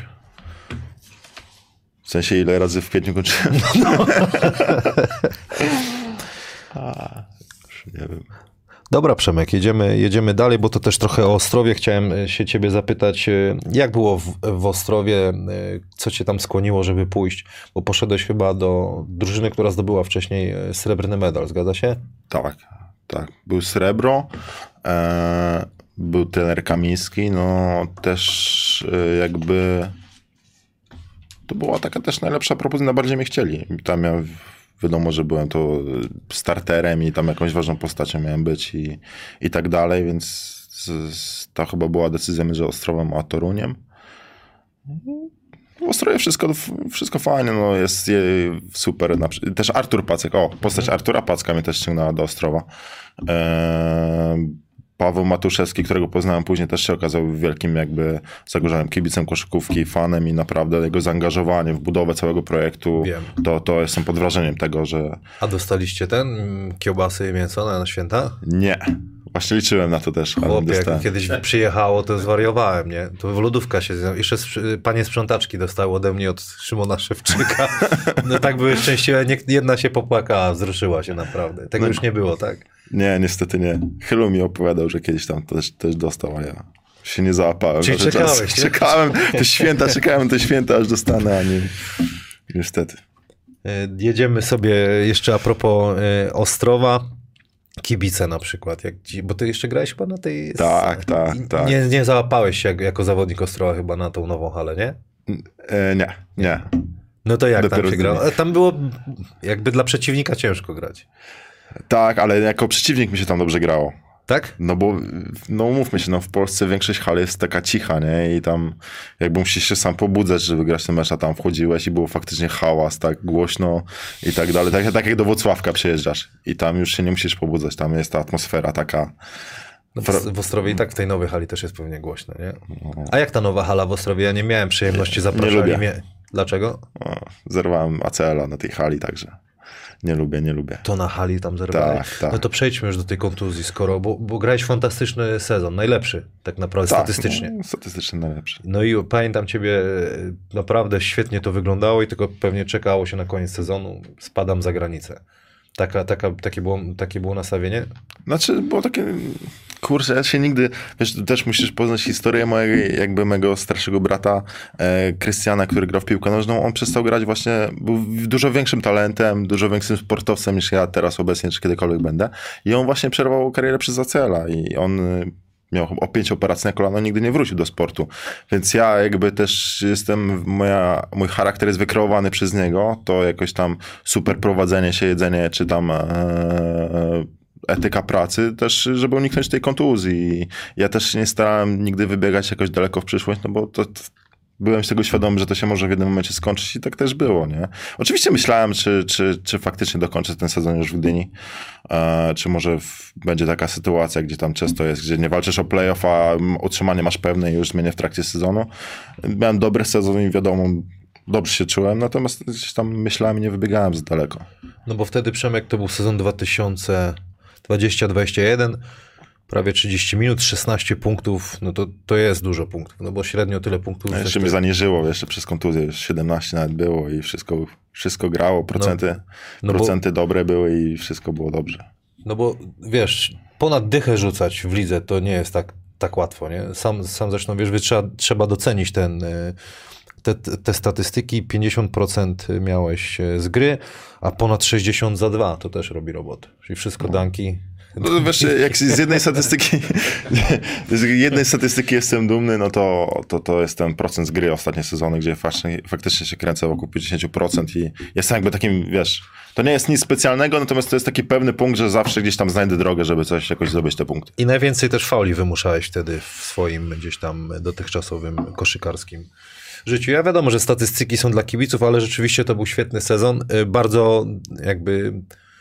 W sensie ile razy w kwietniu kończyłem? No. A, już nie wiem. Dobra, Przemek, jedziemy, jedziemy dalej, bo to też trochę o Ostrowie. Chciałem się ciebie zapytać, y, jak było w, w Ostrowie, y, co cię tam skłoniło, żeby pójść? Bo poszedłeś chyba do drużyny, która zdobyła wcześniej y, srebrny medal, zgadza się? Tak, tak. Był Srebro, e, był trener Kamiński, no też e, jakby to była taka też najlepsza propozycja, najbardziej mnie chcieli. Tam ja wiadomo, że byłem to starterem i tam jakąś ważną postacią miałem być i, i tak dalej, więc z, z, to chyba była decyzja między Ostrowem a Toruniem. W Ostrowie wszystko, wszystko fajnie, no jest super. Też Artur Pacek, o, postać Artura Packa mnie też ściągnęła do Ostrowa. Eee, Paweł Matuszewski, którego poznałem później, też się okazał wielkim jakby zagorzałym kibicem koszykówki, fanem i naprawdę jego zaangażowanie w budowę całego projektu, Wiem. to, to jestem pod wrażeniem tego, że A dostaliście ten, mm, kiełbasy i mięso na, na święta? nie. Właśnie liczyłem na to też, ale nie Chłopie, jak dostałem. kiedyś przyjechało, to zwariowałem, nie? To w lodówka się... Jeszcze sprz- panie sprzątaczki dostały ode mnie od Szymona Szewczyka. No tak były szczęśliwe. Nie, jedna się popłakała, wzruszyła się naprawdę. Tego No. już nie było, tak? Nie, niestety nie. Chylu mi opowiadał, że kiedyś tam też, też dostał, a ja się nie załapałem. Czyli na ten czas. czekałeś, nie? Czekałem te święta, czekałem te święta, aż dostanę, a nie. Niestety. E, Jedziemy sobie jeszcze a propos e, Ostrowa. Kibice na przykład, jak ci, bo ty jeszcze grałeś chyba na tej... Tak, tak, i- tak. Nie, nie załapałeś się jak, jako zawodnik Ostrowa chyba na tą nową halę, nie? E, nie, nie. No to jak Dopiero tam się z grało? nimi. E, Tam było jakby dla przeciwnika ciężko grać. Tak, ale jako przeciwnik mi się tam dobrze grało. Tak? No bo, no umówmy się, no w Polsce większość hal jest taka cicha, nie? I tam jakby musisz się sam pobudzać, żeby grać ten mecz, a tam wchodziłeś i było faktycznie hałas, tak głośno i tak dalej. Tak, tak jak do Włocławka przyjeżdżasz i tam już się nie musisz pobudzać, tam jest ta atmosfera taka... No w, w Ostrowie i tak w tej nowej hali też jest pewnie głośno, nie? A jak ta nowa hala w Ostrowie? Ja nie miałem przyjemności, zapraszali mnie. Dlaczego? O, zerwałem A C L a na tej hali, także nie lubię, nie lubię. To na hali tam zerwali? Tak, tak. No to przejdźmy już do tej kontuzji, skoro, bo, bo grałeś fantastyczny sezon, najlepszy tak naprawdę Tak, statystycznie. No, statystycznie najlepszy. No i pamiętam ciebie, naprawdę świetnie to wyglądało i tylko pewnie czekało się na koniec sezonu, spadam za granicę. Taka, taka, takie, było, takie było nastawienie? Znaczy, było takie, kurczę, ja się nigdy, wiesz, też musisz poznać historię mojego, jakby mego starszego brata, e, Krystiana, który grał w piłkę nożną. On przestał grać właśnie, był dużo większym talentem, dużo większym sportowcem niż ja teraz obecnie, czy kiedykolwiek będę. I on właśnie przerwał karierę przez A C L a i on miał o pięć operacji na kolano, nigdy nie wrócił do sportu. Więc ja jakby też jestem, moja, mój charakter jest wykreowany przez niego, to jakoś tam super prowadzenie się, jedzenie, czy tam e, etyka pracy, też żeby uniknąć tej kontuzji. Ja też nie starałem nigdy wybiegać jakoś daleko w przyszłość, no bo to, to byłem z tego świadomy, że to się może w jednym momencie skończyć i tak też było, nie? Oczywiście myślałem, czy, czy, czy faktycznie dokończę ten sezon już w Gdyni, e, czy może w, będzie taka sytuacja, gdzie tam często jest, gdzie nie walczysz o playoff, a utrzymanie masz pewne i już zmienię w trakcie sezonu. Miałem dobry sezon i wiadomo, dobrze się czułem, natomiast gdzieś tam myślałem i nie wybiegałem za daleko. No bo wtedy, Przemek, to był sezon dwa tysiące dwudziesty dwudziesty jeden, prawie trzydzieści minut, szesnaście punktów, no to, to jest dużo punktów, no bo średnio tyle punktów. A jeszcze mnie zaniżyło, jeszcze przez kontuzję, już siedemnaście nawet było i wszystko, wszystko grało, procenty, no, no procenty bo, dobre były i wszystko było dobrze. No bo wiesz, ponad dychę rzucać w lidze to nie jest tak, tak łatwo, nie? Sam, sam zresztą wiesz, trzeba, trzeba docenić ten... Te, te statystyki, pięćdziesiąt procent miałeś z gry, a ponad sześćdziesiąt za dwa, to też robi robotę. Czyli wszystko danki. No wiesz, jak z jednej statystyki z jednej statystyki jestem dumny, no to, to, to jest ten procent z gry ostatnie sezony, gdzie faktycznie, faktycznie się kręcę wokół pięćdziesiąt procent i jestem jakby takim, wiesz, to nie jest nic specjalnego, natomiast to jest taki pewny punkt, że zawsze gdzieś tam znajdę drogę, żeby coś jakoś zdobyć te punkty. I najwięcej też fauli wymuszałeś wtedy w swoim gdzieś tam dotychczasowym koszykarskim życiu. Ja wiadomo, że statystyki są dla kibiców, ale rzeczywiście to był świetny sezon. Bardzo jakby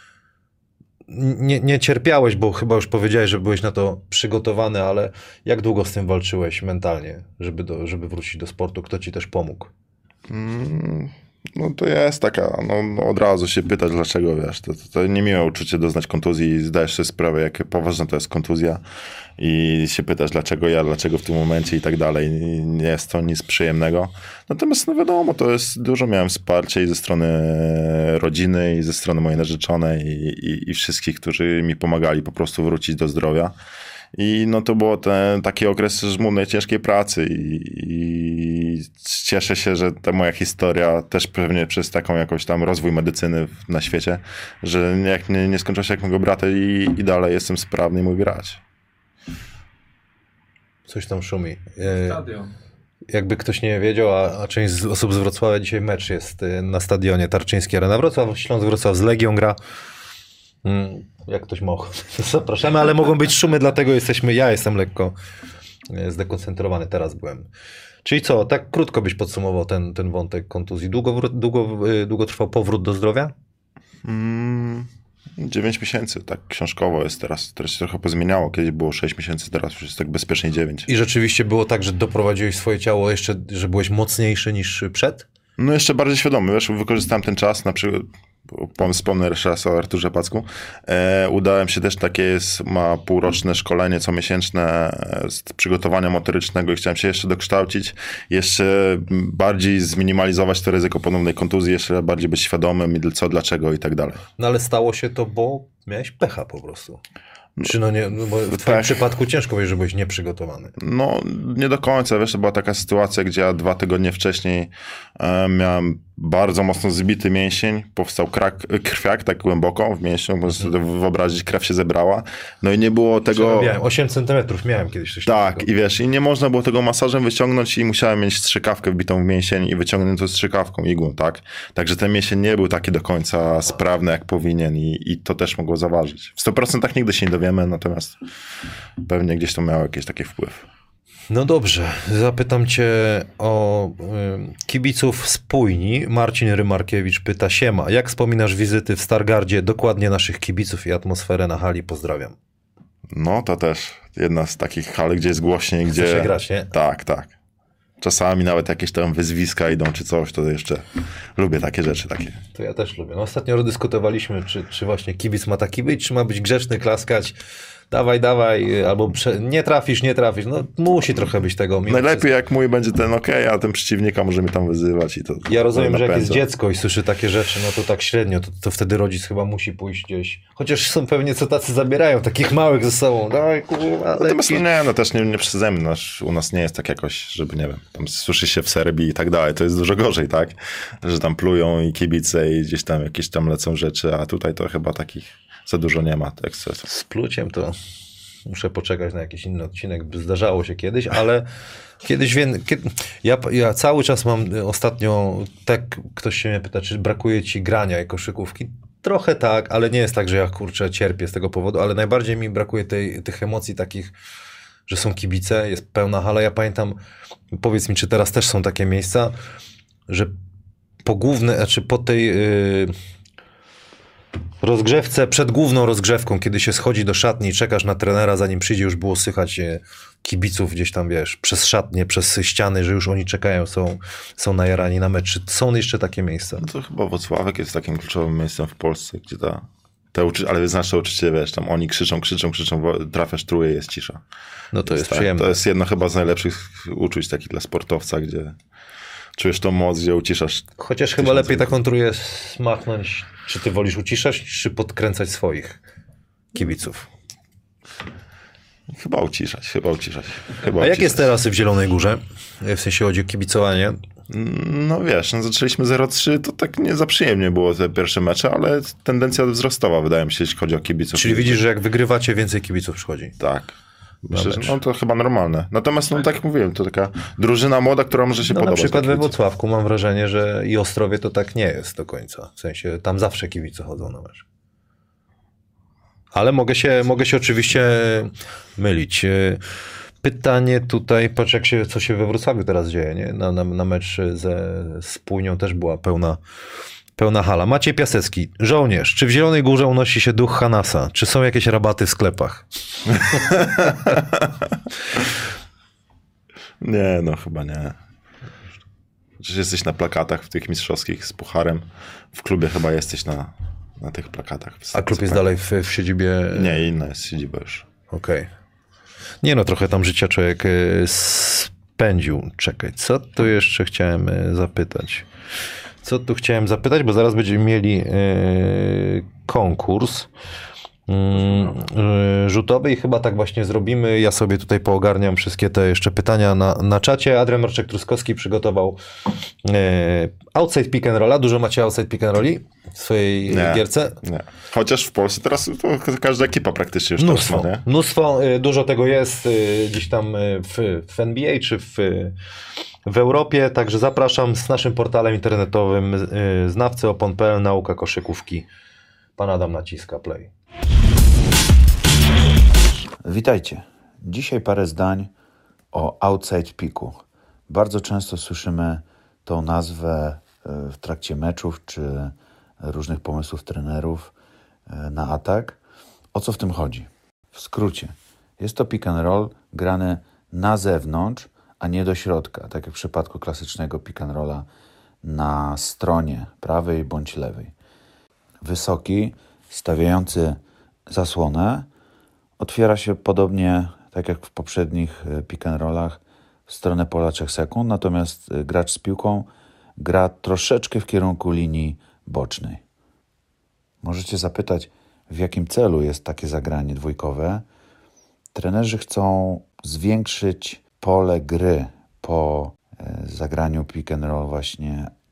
nie, nie cierpiałeś, bo chyba już powiedziałeś, że byłeś na to przygotowany, ale jak długo z tym walczyłeś mentalnie, żeby, do, żeby wrócić do sportu? Kto ci też pomógł? Mm, no to jest taka, no, no od razu się pytać dlaczego, wiesz, to, to, to niemiłe uczucie doznać kontuzji i zdajesz sobie sprawę, jak poważna to jest kontuzja i się pytasz dlaczego ja, dlaczego w tym momencie i tak dalej. Nie jest to nic przyjemnego. Natomiast no wiadomo, to jest dużo miałem wsparcia i ze strony rodziny i ze strony mojej narzeczonej i, i, i wszystkich, którzy mi pomagali po prostu wrócić do zdrowia. I no to było ten taki okres żmudnej, ciężkiej pracy i, i cieszę się, że ta moja historia też pewnie przez taką jakoś tam rozwój medycyny na świecie, że jak nie, nie skończyła się jak mojego brata i, i dalej jestem sprawny i mógł grać. Coś tam szumi. Stadion. Jakby ktoś nie wiedział, a, a część z osób z Wrocławia, dzisiaj mecz jest na stadionie Tarczyńskiej Arena Wrocław, Śląsk Wrocław z Legią gra. Hmm, jak ktoś ma ochotę, to zapraszamy, ale mogą być szumy, dlatego jesteśmy, ja jestem lekko zdekoncentrowany, teraz byłem. Czyli co, tak krótko byś podsumował ten, ten wątek kontuzji. Długo, długo, długo trwał powrót do zdrowia? Mm, dziewięć miesięcy, tak książkowo jest teraz. Teraz się trochę pozmieniało, kiedyś było sześć miesięcy, teraz już jest tak bezpiecznie dziewięć. I rzeczywiście było tak, że doprowadziłeś swoje ciało jeszcze, że byłeś mocniejszy niż przed? No jeszcze bardziej świadomy, wiesz, wykorzystałem ten czas, na przykład, wspomnę jeszcze raz o Arturze Packu, e, udałem się też takie, jest, ma półroczne szkolenie comiesięczne z przygotowania motorycznego i chciałem się jeszcze dokształcić, jeszcze bardziej zminimalizować to ryzyko ponownej kontuzji, jeszcze bardziej być świadomym i co, dlaczego i tak dalej. No ale stało się to, bo miałeś pecha po prostu. Czy no nie, no bo w twoim przypadku ciężko powiedzieć, że byłeś nieprzygotowany. No nie do końca, wiesz, to była taka sytuacja, gdzie ja dwa tygodnie wcześniej e, miałem bardzo mocno zbity mięsień, powstał krak, krwiak tak głęboko w mięśniu, można sobie wyobrazić, krew się zebrała. No i nie było tego... Miałem osiem centymetrów, miałem kiedyś coś Tak, takiego. i wiesz, i nie można było tego masażem wyciągnąć i musiałem mieć strzykawkę wbitą w mięsień i wyciągnąć to strzykawką, igłą, tak? Także ten mięsień nie był taki do końca sprawny, jak powinien i, i to też mogło zaważyć. W stu procentach nigdy się nie dowiemy, natomiast pewnie gdzieś to miało jakiś taki wpływ. No dobrze, zapytam cię o y, kibiców Spójni. Marcin Rymarkiewicz pyta: siema, jak wspominasz wizyty w Stargardzie, dokładnie naszych kibiców i atmosferę na hali? Pozdrawiam. No to też jedna z takich hal, gdzie jest głośniej, Chce gdzie... się grać, nie? Tak, tak. Czasami nawet jakieś tam wyzwiska idą czy coś, to jeszcze lubię takie rzeczy takie. To ja też lubię. No, ostatnio dyskutowaliśmy, czy, czy właśnie kibic ma taki być, czy ma być grzeczny, klaskać. Dawaj, dawaj, albo prze... nie trafisz, nie trafisz. No musi trochę być tego. Najlepiej jak mój będzie ten okej, a ten przeciwnika może mnie tam wyzywać i to... Ja rozumiem, to że jak jest napędza. dziecko i słyszy takie rzeczy, no to tak średnio, to, to wtedy rodzic chyba musi pójść gdzieś. Chociaż są pewnie co tacy zabierają, takich małych ze sobą. Dawaj, kurwa, Natomiast leci. no nie, no też nie, nie przesadzajmy, nasz, u nas nie jest tak jakoś, żeby nie wiem, tam słyszy się w Serbii i tak dalej, to jest dużo gorzej, tak? Że tam plują i kibice i gdzieś tam jakieś tam lecą rzeczy, a tutaj to chyba takich za dużo nie ma ekscesów. Z pluciem to muszę poczekać na jakiś inny odcinek, by zdarzało się kiedyś, ale kiedyś wiem, kiedy, ja, ja cały czas mam ostatnio, tak ktoś się mnie pyta, czy brakuje ci grania i koszykówki? Trochę tak, ale nie jest tak, że ja kurczę cierpię z tego powodu, ale najbardziej mi brakuje tej, tych emocji takich, że są kibice, jest pełna hala. Ja pamiętam, powiedz mi, czy teraz też są takie miejsca, że po głównej, znaczy po tej yy, rozgrzewce, przed główną rozgrzewką, kiedy się schodzi do szatni i czekasz na trenera, zanim przyjdzie, już było słychać yy, kibiców gdzieś tam, wiesz, przez szatnie, przez ściany, że już oni czekają, są, są najarani na mecz. Czy są jeszcze takie miejsca? No to chyba Włocławek jest takim kluczowym miejscem w Polsce, gdzie ta, te uczy, ale znasz to uczycie, wiesz, tam oni krzyczą, krzyczą, krzyczą, trafiasz truje, jest cisza. No to jest tak, przyjemne. To jest jedno chyba z najlepszych uczuć takich dla sportowca, gdzie czujesz tą moc, gdzie uciszasz. Chociaż chyba lepiej taką trójkę smachnąć. Czy ty wolisz uciszać, czy podkręcać swoich kibiców? Chyba uciszać, chyba uciszać. Chyba A jak uciszać. jest teraz w Zielonej Górze? W sensie chodzi o kibicowanie. No wiesz, no zaczęliśmy zero trzy, to tak nie za przyjemnie było te pierwsze mecze, ale tendencja wzrostowa wydaje mi się, jeśli chodzi o kibiców. Czyli widzisz, że jak wygrywacie, więcej kibiców przychodzi. Tak. Myślę, że mecz. no to chyba normalne. Natomiast, no tak jak mówiłem, to taka drużyna młoda, która może się No, na podobać. przykład dla we kibiców. Włocławku mam wrażenie, że i Ostrowie to tak nie jest do końca. W sensie tam zawsze kibice chodzą na mecz. Ale mogę się, mogę się oczywiście mylić. Pytanie tutaj, patrz jak się, co się we Wrocławiu teraz dzieje, nie? Na, na, na mecz ze Spójnią też była pełna, pełna hala. Maciej Piasecki, żołnierz, czy w Zielonej Górze unosi się duch Hanasa? Czy są jakieś rabaty w sklepach? Nie, no chyba nie. Przecież jesteś na plakatach w tych mistrzowskich z pucharem. W klubie chyba jesteś na, na tych plakatach. A klub jest dalej w, w siedzibie? Nie, inna jest siedziba już. Okej. Okay. Nie no, trochę tam życia człowiek y, spędził. Czekaj, co tu jeszcze chciałem y, zapytać? Co tu chciałem zapytać, bo zaraz będziemy mieli y, konkurs y, y, rzutowy i chyba tak właśnie zrobimy. Ja sobie tutaj poogarniam wszystkie te jeszcze pytania na, na czacie. Adrian Marczek-Truskowski przygotował y, outside pick and rolla. Dużo macie outside pick and rolli w swojej Nie, gierce? Nie. Chociaż w Polsce teraz to każda ekipa praktycznie już Mnóstwo, to ma, nie? mnóstwo, y, dużo tego jest y, gdzieś tam y, w, w N B A czy w, w Europie, także zapraszam z naszym portalem internetowym y, znawcy opon kropka p l, nauka koszykówki. Pan Adam naciska play. Witajcie. Dzisiaj parę zdań o outside picku. Bardzo często słyszymy tą nazwę w trakcie meczów czy różnych pomysłów trenerów na atak. O co w tym chodzi? W skrócie, jest to pick and roll grany na zewnątrz, a nie do środka, tak jak w przypadku klasycznego pick and rolla na stronie prawej bądź lewej. Wysoki, stawiający zasłonę, otwiera się podobnie tak jak w poprzednich pick and rollach w stronę pola trzech sekund, natomiast gracz z piłką gra troszeczkę w kierunku linii bocznej. Możecie zapytać, w jakim celu jest takie zagranie dwójkowe. Trenerzy chcą zwiększyć pole gry po zagraniu pick and roll właśnie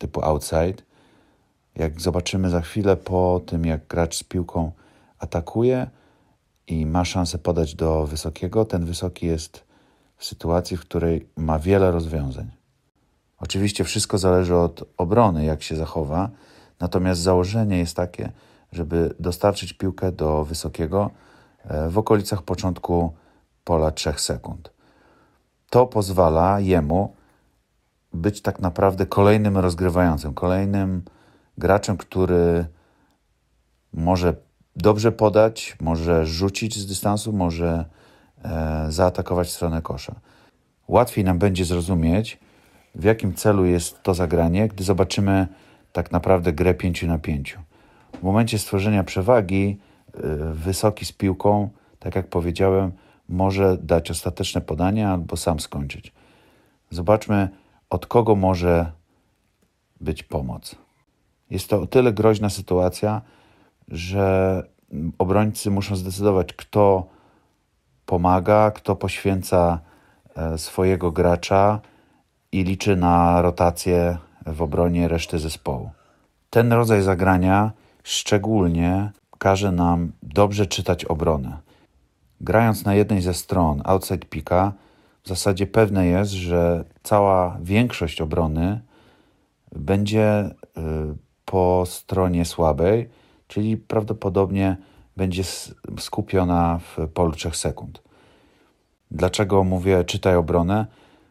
typu outside. Jak zobaczymy za chwilę po tym, jak gracz z piłką atakuje i ma szansę podać do wysokiego, ten wysoki jest w sytuacji, w której ma wiele rozwiązań. Oczywiście wszystko zależy od obrony, jak się zachowa, natomiast założenie jest takie, żeby dostarczyć piłkę do wysokiego w okolicach początku pola trzech sekund. To pozwala jemu być tak naprawdę kolejnym rozgrywającym, kolejnym graczem, który może dobrze podać, może rzucić z dystansu, może e, zaatakować w stronę kosza. Łatwiej nam będzie zrozumieć, w jakim celu jest to zagranie, gdy zobaczymy tak naprawdę grę pięciu na pięciu. W momencie stworzenia przewagi e, wysoki z piłką, tak jak powiedziałem, może dać ostateczne podanie albo sam skończyć. Zobaczmy, od kogo może być pomoc. Jest to o tyle groźna sytuacja, że obrońcy muszą zdecydować, kto pomaga, kto poświęca swojego gracza i liczy na rotację w obronie reszty zespołu. Ten rodzaj zagrania szczególnie każe nam dobrze czytać obronę. Grając na jednej ze stron outside picka, w zasadzie pewne jest, że cała większość obrony będzie po stronie słabej, czyli prawdopodobnie będzie skupiona w polu trzech sekund. Dlaczego mówię czytaj obronę?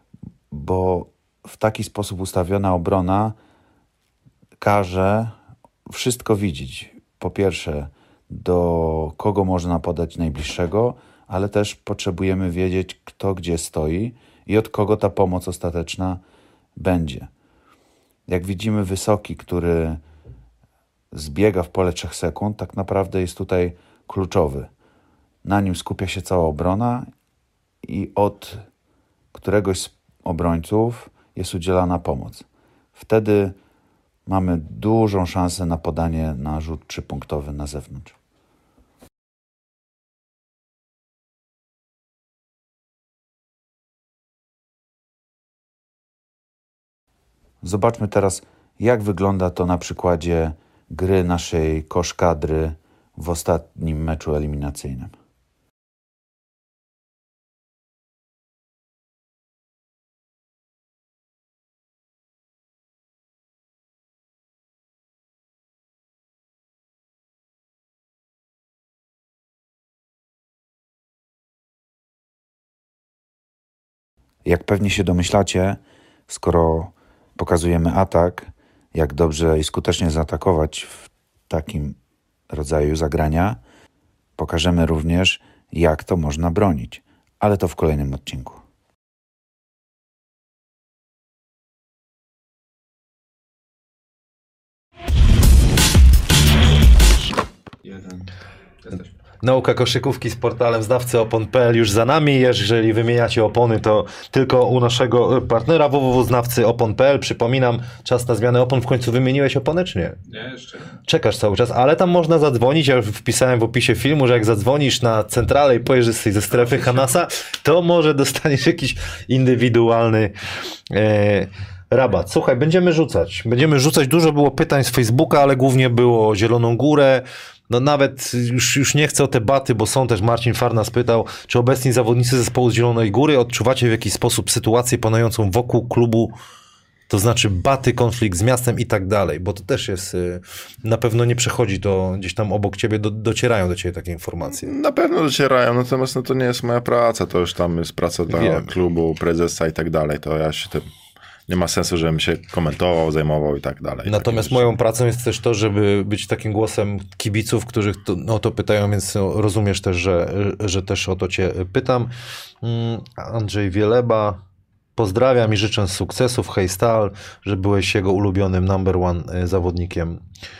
Bo w taki sposób ustawiona obrona każe wszystko widzieć. Po pierwsze, do kogo można podać najbliższego, ale też potrzebujemy wiedzieć, kto gdzie stoi i od kogo ta pomoc ostateczna będzie. Jak widzimy, wysoki, który zbiega w pole trzech sekund, tak naprawdę jest tutaj kluczowy. Na nim skupia się cała obrona i od któregoś z obrońców jest udzielana pomoc. Wtedy mamy dużą szansę na podanie na rzut trzypunktowy na zewnątrz. Zobaczmy teraz, jak wygląda to na przykładzie gry naszej koszkadry w ostatnim meczu eliminacyjnym. Jak pewnie się domyślacie, skoro pokazujemy atak, jak dobrze i skutecznie zaatakować w takim rodzaju zagrania, pokażemy również, jak to można bronić, ale to w kolejnym odcinku. Jeden. Jesteś. Nauka koszykówki z portalem zdawcy opon kropka p l już za nami. Jeżeli wymieniacie opony, to tylko u naszego partnera w w w znawcy opon kropka p l. Przypominam, czas na zmianę opon. W końcu wymieniłeś opony, czy nie? Nie, jeszcze nie. Czekasz cały czas, ale tam można zadzwonić. Ja wpisałem w opisie filmu, że jak zadzwonisz na centralę i pojedziesz ze strefy Hanasa, to może dostaniesz jakiś indywidualny e, rabat. Słuchaj, będziemy rzucać. Będziemy rzucać. Dużo było pytań z Facebooka, ale głównie było o Zieloną Górę. No nawet już, już nie chcę o te baty, bo są też, Marcin Farnas pytał, czy obecni zawodnicy zespołu z Zielonej Góry odczuwacie w jakiś sposób sytuację panującą wokół klubu, to znaczy baty, konflikt z miastem i tak dalej, bo to też jest, na pewno nie przechodzi to gdzieś tam obok ciebie, do, docierają do ciebie takie informacje. Na pewno docierają, natomiast no to nie jest moja praca, to już tam jest praca dla Wiem. klubu, prezesa i tak dalej, to ja się tym... Nie ma sensu, żebym się komentował, zajmował i tak dalej. Natomiast moją pracą jest też to, żeby być takim głosem kibiców, których to, o to pytają, więc rozumiesz też, że, że też o to cię pytam. Andrzej Wieleba, pozdrawiam i życzę sukcesów. Hej Stal, że byłeś jego ulubionym number one zawodnikiem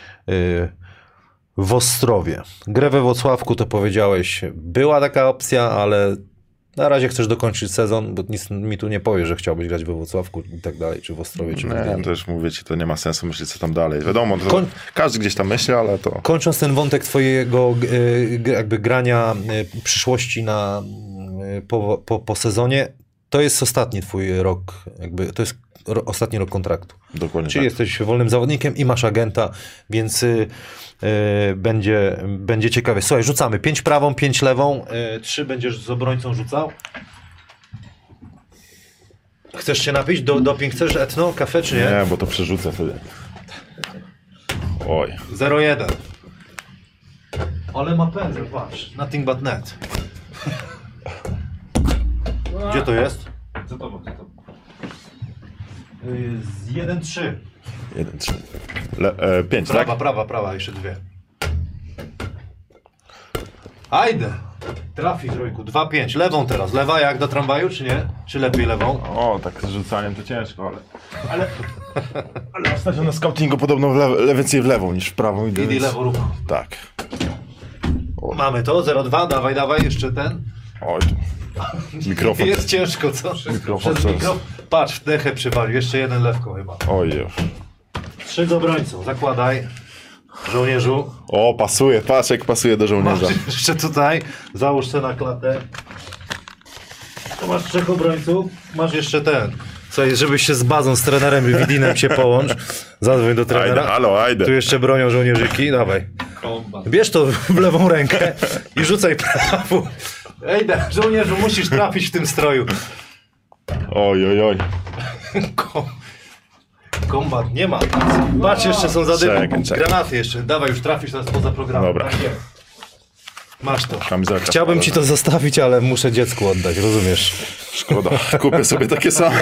w Ostrowie. Grę we Włocławku, to powiedziałeś, była taka opcja, ale... Na razie chcesz dokończyć sezon, bo nic mi tu nie powie, że chciałbyś grać we Wrocławku i tak dalej, czy w Ostrowie, czy w Nie, to już mówię ci, to nie ma sensu myśleć, co tam dalej. Wiadomo, to Koń... każdy gdzieś tam myśli, ale to... Kończąc ten wątek twojego jakby grania przyszłości na, po, po, po sezonie, to jest ostatni twój rok, jakby to jest ro, ostatni rok kontraktu. Dokładnie Czyli tak. jesteś wolnym zawodnikiem i masz agenta, więc y, y, będzie, będzie ciekawie. Słuchaj, rzucamy pięć prawą, pięć lewą, y, trzy będziesz z obrońcą rzucał. Chcesz się napić? Do, doping chcesz etno, kafę czy nie? Nie, bo to przerzucę wtedy. Oj. zero jeden. Ale ma pędzel, patrz. Nothing but net. Gdzie to jest? Co to, co to? Z jeden trzy. jeden, trzy. Le, e, pięć, Prawa, tak? prawa, prawa, jeszcze dwie. Ajde! Trafi trójku, dwa pięć. Lewą teraz. Lewa jak do tramwaju, czy nie? Czy lepiej lewą? O, tak z rzucaniem to ciężko, ale... Ale, ale ostatnio na scoutingu podobno w lewo, le, więcej w lewą niż w prawą. Idę więc- lewą ruchu. Tak. Mamy to, zero dwa, dawaj, dawaj, jeszcze ten. Oj, tu. Mikrofon. Jest ciężko, co? Mikrofon Przez teraz. mikro... Patrz, w dechę przywalił, jeszcze jeden lewko chyba. Oj, już. Trzy z obrońcą, zakładaj. Żołnierzu. O, pasuje, patrz jak pasuje do żołnierza. Masz jeszcze tutaj, załóż se na klatę. Tu masz trzech obrońców, masz jeszcze ten. Słuchaj, żebyś się z bazą, z trenerem Widinem się połącz. Zadzwoń do Ajde, trenera. halo, ajde. Tu jeszcze bronią żołnierzyki, dawaj. Kombat. Bierz to w lewą rękę i rzucaj prawą. Ej, da, żołnierzu, musisz trafić w tym stroju. Oj, oj, oj. Kom... Kombat nie ma. Patrz, jeszcze są zadymy. Czekaj, czekaj. Granaty jeszcze. Dawaj, już trafisz teraz poza programem. Dobra. Tak jest. Masz to. Kamizelka Chciałbym ci to spadła. zostawić, ale muszę dziecku oddać, rozumiesz? Szkoda, kupię sobie takie same.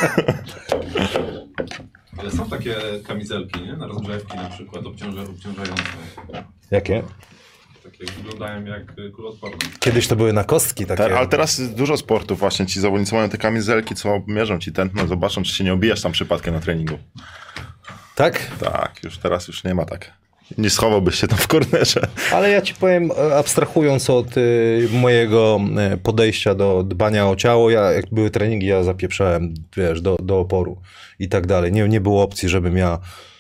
Ale są takie kamizelki, nie? Na rozgrzewki na przykład obciąża, obciążające. Jakie? Takie wyglądają jak y, kuloodporne. Kiedyś to były na kostki takie. Te, ale teraz jest dużo sportów właśnie, ci zawodnicy mają te kamizelki, co mierzą ci tętno, zobaczą, czy się nie obijasz tam przypadkiem na treningu. Tak? Tak, już teraz już nie ma tak. Nie schowałbyś się tam w kornerze. Ale ja ci powiem, abstrahując od y, mojego y, podejścia do dbania o ciało, ja, jak były treningi, ja zapieprzałem, wiesz, do, do oporu i tak dalej. Nie, nie było opcji, żebym ja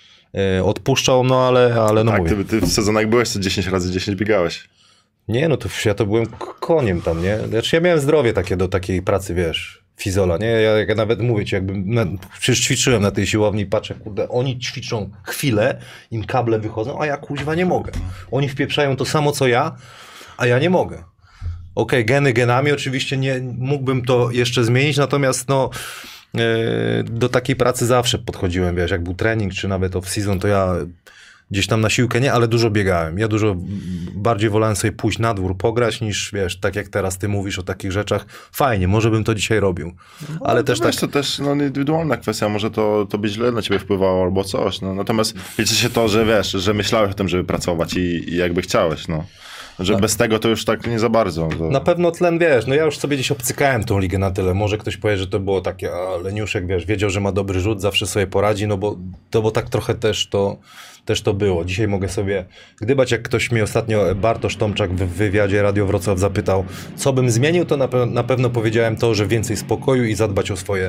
y, odpuszczał, no ale, ale no Tak, mówię. ty, ty w sezonach byłeś, co dziesięć razy dziesięć biegałeś. Nie, no to ja to byłem k- koniem tam, nie? Znaczy ja miałem zdrowie takie do takiej pracy, wiesz, fizola, nie? Ja, ja nawet mówię ci, jakbym, na, przecież ćwiczyłem na tej siłowni i patrzę, kurde, oni ćwiczą chwilę, im kable wychodzą, a ja kuźwa nie mogę. Oni wpieprzają to samo, co ja, a ja nie mogę. Okej, geny genami, oczywiście nie mógłbym to jeszcze zmienić, natomiast no yy, do takiej pracy zawsze podchodziłem, wiesz, jak był trening, czy nawet off-season, to ja gdzieś tam na siłkę nie, ale dużo biegałem. Ja dużo bardziej wolałem sobie pójść na dwór, pograć, niż wiesz, tak jak teraz ty mówisz o takich rzeczach. Fajnie, może bym to dzisiaj robił. Ale też tak... Wiesz, to też no, indywidualna kwestia, może to, to by źle na ciebie wpływało albo coś. No. Natomiast liczy się to, że wiesz, że myślałeś o tym, żeby pracować i, i jakby chciałeś, no. Że No. bez tego to już tak nie za bardzo. To... Na pewno tlen, wiesz, no ja już sobie gdzieś obcykałem tą ligę na tyle. Może ktoś powie, że to było takie, a Leniuszek, wiesz, wiedział, że ma dobry rzut, zawsze sobie poradzi, no bo, to, bo tak trochę też to, też to było. Dzisiaj mogę sobie gdybać, jak ktoś mnie ostatnio, Bartosz Tomczak w wywiadzie Radio Wrocław zapytał, co bym zmienił, to na, pe- na pewno powiedziałem to, że więcej spokoju i zadbać o swoje,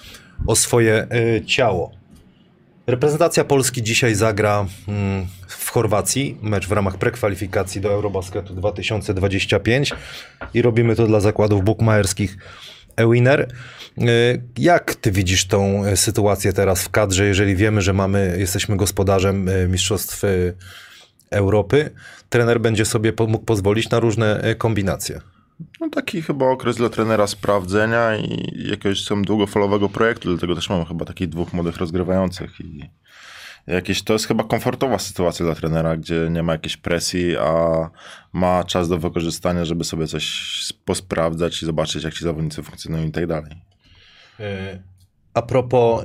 o swoje y, ciało. Reprezentacja Polski dzisiaj zagra mm, w Chorwacji, mecz w ramach prekwalifikacji do Eurobasketu dwa tysiące dwudziestego piątego i robimy to dla zakładów bukmacherskich eWinner. Y, Jak ty widzisz tą y, sytuację teraz w kadrze, jeżeli wiemy, że mamy, jesteśmy gospodarzem y, Mistrzostw y, Europy? Trener będzie sobie po- mógł pozwolić na różne y, kombinacje. No taki chyba okres dla trenera sprawdzenia i jakiegoś tam długofalowego projektu, dlatego też mamy chyba takich dwóch młodych rozgrywających i jakieś, to jest chyba komfortowa sytuacja dla trenera, gdzie nie ma jakiejś presji, a ma czas do wykorzystania, żeby sobie coś posprawdzać i zobaczyć, jak ci zawodnicy funkcjonują i tak dalej. Y, A propos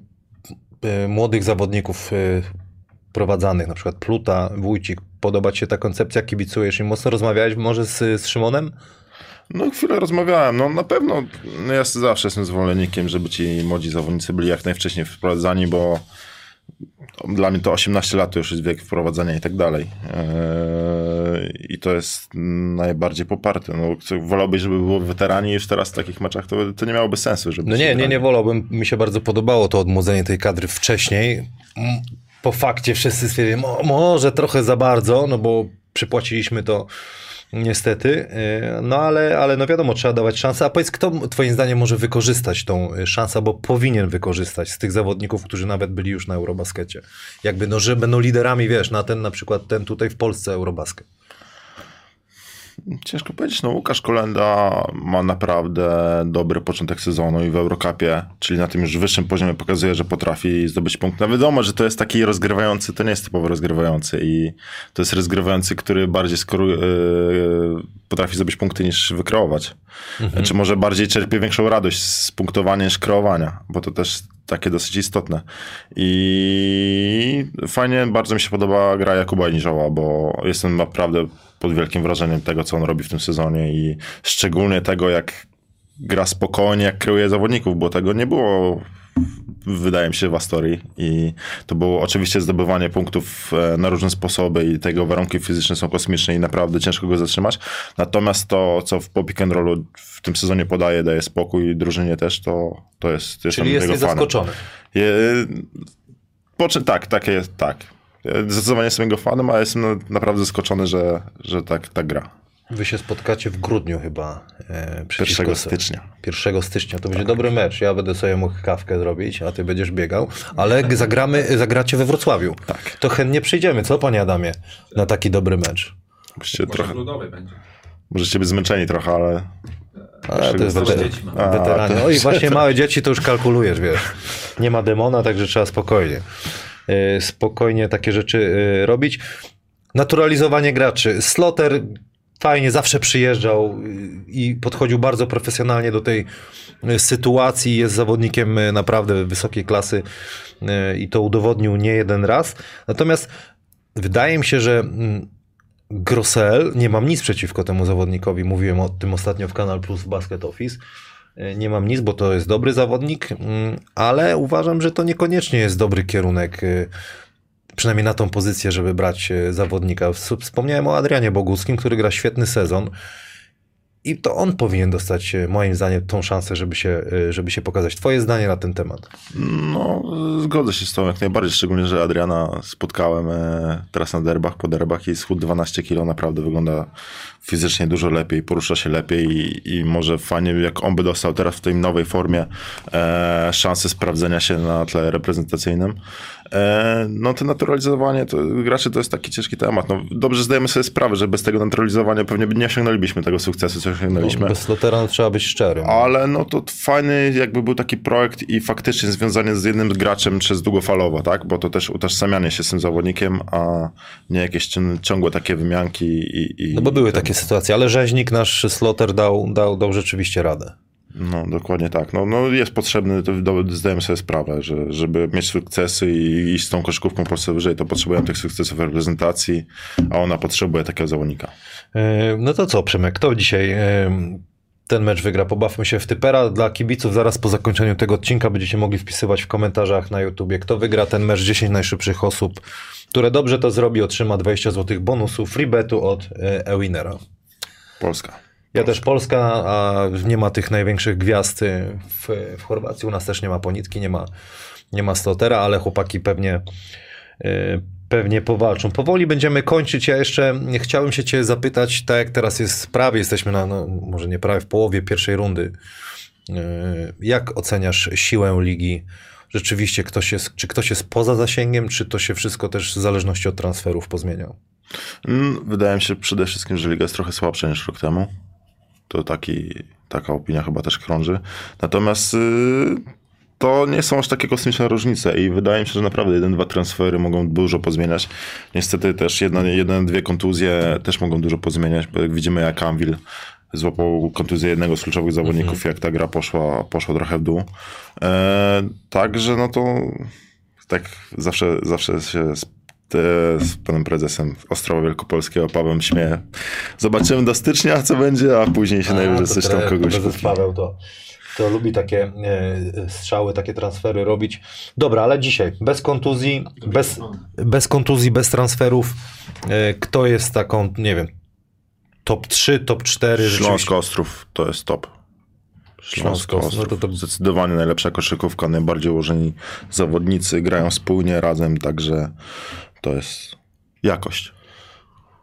y, y, młodych zawodników y, prowadzanych, na przykład Pluta, Wójcik, podoba ci się ta koncepcja, kibicujesz im mocno? Rozmawiałeś może z, z Szymonem? No chwilę rozmawiałem, no na pewno no, ja zawsze jestem zwolennikiem, żeby ci młodzi zawodnicy byli jak najwcześniej wprowadzani, bo dla mnie to osiemnaście lat to już jest wiek wprowadzania i tak dalej. Eee, I to jest najbardziej poparte. No, wolałbyś, żeby było weterani już teraz w takich meczach, to, to nie miałoby sensu. Żeby No nie, nie, grali. nie wolałbym. Mi się bardzo podobało to odmłodzenie tej kadry wcześniej. Mm, Po fakcie wszyscy stwierdzili, mo, może trochę za bardzo, no bo przypłaciliśmy to Niestety, no ale, ale no wiadomo, trzeba dawać szansę. A powiedz, kto twoim zdaniem może wykorzystać tą szansę, bo powinien wykorzystać z tych zawodników, którzy nawet byli już na Eurobaskecie. Jakby, no, że będą liderami, wiesz, na ten na przykład ten tutaj w Polsce Eurobasket. Ciężko powiedzieć, no Łukasz Kolenda ma naprawdę dobry początek sezonu i w Eurocupie, czyli na tym już wyższym poziomie pokazuje, że potrafi zdobyć punkt. No wiadomo, że to jest taki rozgrywający, to nie jest typowy rozgrywający i to jest rozgrywający, który bardziej skoru, yy, potrafi zdobyć punkty niż wykreować. Mhm. Znaczy może bardziej czerpie większą radość z punktowania niż kreowania, bo to też takie dosyć istotne. I fajnie, bardzo mi się podoba gra Jakuba Aniżoła, bo jestem naprawdę pod wielkim wrażeniem tego, co on robi w tym sezonie i szczególnie tego, jak gra spokojnie, jak kreuje zawodników, bo tego nie było, wydaje mi się, w Astorii i to było oczywiście zdobywanie punktów na różne sposoby i tego warunki fizyczne są kosmiczne i naprawdę ciężko go zatrzymać. Natomiast to, co w pick and rollu w tym sezonie podaje, daje spokój drużynie też, to, to jest... Czyli jesteś zaskoczony. Je, po czym, tak, tak jest, tak. Zdecydowanie jestem jego fanem, a jestem naprawdę zaskoczony, że, że tak, tak gra. Wy się spotkacie w grudniu chyba. E, pierwszego stycznia. pierwszego stycznia. To tak. Będzie dobry mecz. Ja będę sobie mógł kawkę zrobić, a ty będziesz biegał. Ale zagramy, zagracie we Wrocławiu. Tak. To chętnie przyjdziemy, co panie Adamie? Na taki dobry mecz. Możecie trochę... będzie. Możecie być zmęczeni trochę, ale... Ale to jest weter- weteranie. Oj, właśnie małe dzieci to już kalkulujesz, wiesz. Nie ma demona, także trzeba spokojnie. Yy, spokojnie takie rzeczy yy, robić. Naturalizowanie graczy. Sloter fajnie zawsze przyjeżdżał i podchodził bardzo profesjonalnie do tej sytuacji. Jest zawodnikiem naprawdę wysokiej klasy i to udowodnił nie jeden raz. Natomiast wydaje mi się, że Grosel, nie mam nic przeciwko temu zawodnikowi, mówiłem o tym ostatnio w Kanal Plus w Basket Office. Nie mam nic, bo to jest dobry zawodnik, ale uważam, że to niekoniecznie jest dobry kierunek, przynajmniej na tą pozycję, żeby brać zawodnika. Wspomniałem o Adrianie Boguckim, który gra świetny sezon i to on powinien dostać, moim zdaniem, tą szansę, żeby się, żeby się pokazać. Twoje zdanie na ten temat? No, zgodzę się z tobą jak najbardziej, szczególnie, że Adriana spotkałem teraz na derbach, po derbach i schudł dwanaście kilo, naprawdę wygląda fizycznie dużo lepiej, porusza się lepiej i, i może fajnie, jak on by dostał teraz w tej nowej formie e, szansę sprawdzenia się na tle reprezentacyjnym. E, no to naturalizowanie to, graczy to jest taki ciężki temat. No, dobrze zdajemy sobie sprawę, że bez tego naturalizowania pewnie nie osiągnęlibyśmy tego sukcesu, co osiągnęliśmy. No, bez Slotera trzeba być szczerym. Ale no to fajny jakby był taki projekt i faktycznie związany z jednym graczem przez długofalowo, tak? Bo to też utożsamianie się z tym zawodnikiem, a nie jakieś ciągłe takie wymianki. I, i no bo były ten... takie sytuacje, ale rzeźnik nasz Sloter dał, dał, dał rzeczywiście radę. No dokładnie tak. No, no jest potrzebny, to zdajemy sobie sprawę, że żeby mieć sukcesy i iść z tą koszykówką po prostu wyżej, to potrzebujemy tych sukcesów w reprezentacji, a ona potrzebuje takiego zawodnika. No to co, Przemek, kto dzisiaj ten mecz wygra? Pobawmy się w typera. Dla kibiców zaraz po zakończeniu tego odcinka będziecie mogli wpisywać w komentarzach na YouTubie, kto wygra ten mecz. dziesięć najszybszych osób, które dobrze to zrobi, otrzyma dwadzieścia złotych bonusu, free betu od eWinera. Polska. Ja też Polska, a nie ma tych największych gwiazd w, w Chorwacji. U nas też nie ma Ponitki, nie ma, nie ma Slotera, ale chłopaki pewnie, pewnie powalczą. Powoli będziemy kończyć. Ja jeszcze chciałem się cię zapytać, tak jak teraz jest prawie, jesteśmy na, no, może nie prawie w połowie pierwszej rundy. Jak oceniasz siłę ligi? Rzeczywiście ktoś jest, czy ktoś jest poza zasięgiem, czy to się wszystko też w zależności od transferów pozmieniało? Wydaje mi się przede wszystkim, że liga jest trochę słabsza niż rok temu. To taki, taka opinia chyba też krąży. Natomiast yy, to nie są aż takie kosmiczne różnice i wydaje mi się, że naprawdę jeden, dwa transfery mogą dużo pozmieniać. Niestety też jedna, jedna dwie kontuzje też mogą dużo pozmieniać, bo jak widzimy, jak Anvil złapał kontuzję jednego z kluczowych zawodników, mm-hmm. jak ta gra poszła, poszła trochę w dół. E, także no to tak zawsze, zawsze się z panem prezesem Ostrowa Wielkopolskiego, Pawłem śmieję. Zobaczymy do stycznia, co będzie, a później się a, najwyżej coś tam kogoś kupi. Paweł to, to lubi takie e, strzały, takie transfery robić. Dobra, ale dzisiaj bez kontuzji, bez, bez kontuzji, bez transferów, e, kto jest taką, nie wiem, top trzy, top cztery? Śląsk Ostrów to jest top. Śląsk Ostrów. No to, to... Zdecydowanie najlepsza koszykówka, najbardziej ułożeni zawodnicy, grają spójnie razem, także to jest jakość.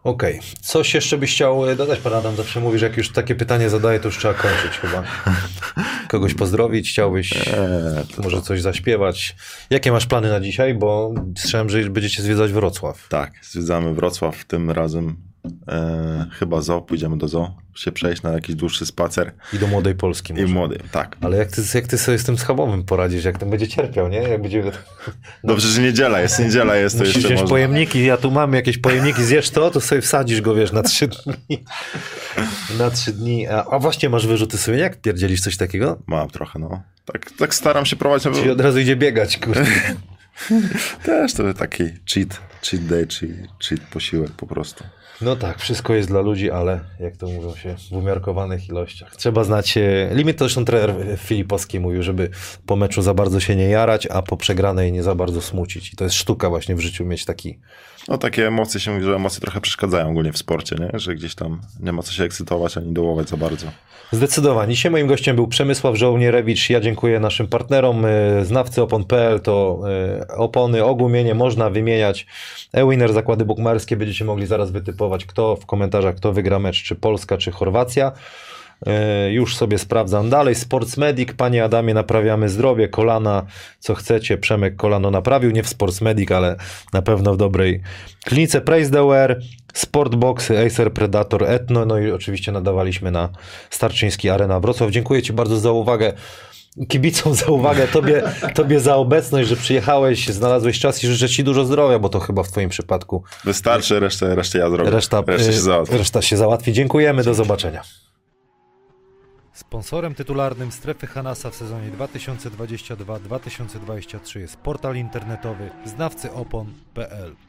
Okej. Okay. Coś jeszcze byś chciał dodać, pan Adam? Zawsze mówisz, jak już takie pytanie zadaję, to już trzeba kończyć chyba. Kogoś pozdrowić? Chciałbyś eee, to może to. coś zaśpiewać? Jakie masz plany na dzisiaj? Bo słyszałem, że będziecie zwiedzać Wrocław. Tak, zwiedzamy Wrocław tym razem. E, chyba zoo, pójdziemy do zoo, się przejść na jakiś dłuższy spacer. I do Młodej Polski może. I Młodej, tak. Ale jak ty, jak ty sobie z tym schabowym poradzisz, jak ten będzie cierpiał, nie? Jak będzie... No przecież niedziela jest, niedziela jest, to musisz jeszcze wziąć można. pojemniki, ja tu mam jakieś pojemniki, zjesz to, to sobie wsadzisz go, wiesz, na trzy dni. Na trzy dni. A, a właśnie masz wyrzuty sumienia? Jak pierdzielisz coś takiego? Mam trochę, no. Tak, tak staram się prowadzić. Czyli od razu idzie biegać, kurde. Też to taki cheat, cheat day, cheat, cheat posiłek po prostu. No tak, wszystko jest dla ludzi, ale jak to mówią się, w umiarkowanych ilościach. Trzeba znać e, limit, to zresztą trener Filipowski mówił, żeby po meczu za bardzo się nie jarać, a po przegranej nie za bardzo smucić. I to jest sztuka właśnie w życiu mieć taki... No takie emocje się mówi, że emocje trochę przeszkadzają ogólnie w sporcie, nie? Że gdzieś tam nie ma co się ekscytować ani dołować za bardzo. Zdecydowanie. Dzisiaj moim gościem był Przemysław Żołnierewicz. Ja dziękuję naszym partnerom. Znawcy opon kropka pe el to opony, ogólnie można wymieniać. E-Winner, zakłady bukmacherskie, będziecie mogli zaraz wytypować, kto w komentarzach, kto wygra mecz, czy Polska, czy Chorwacja. Już sobie sprawdzam dalej. Sportsmedic, panie Adamie, naprawiamy zdrowie, kolana, co chcecie. Przemek kolano naprawił, nie w Sportsmedic, ale na pewno w dobrej klinice. Praise the Wear, Sportboxy, Acer Predator, Etno, no i oczywiście nadawaliśmy na Starczyński Arena Wrocław. Dziękuję ci bardzo za uwagę. Kibicom za uwagę, tobie, tobie za obecność, że przyjechałeś, znalazłeś czas i życzę ci dużo zdrowia, bo to chyba w twoim przypadku. Wystarczy, resztę, resztę ja zrobię. Reszta, reszta się załatwi. Reszta się załatwi. Dziękujemy, do zobaczenia. Sponsorem tytularnym Strefy Hanasa w sezonie dwa tysiące dwudziestym drugim dwa tysiące dwudziestym trzecim jest portal internetowy znawcy opon kropka pe el.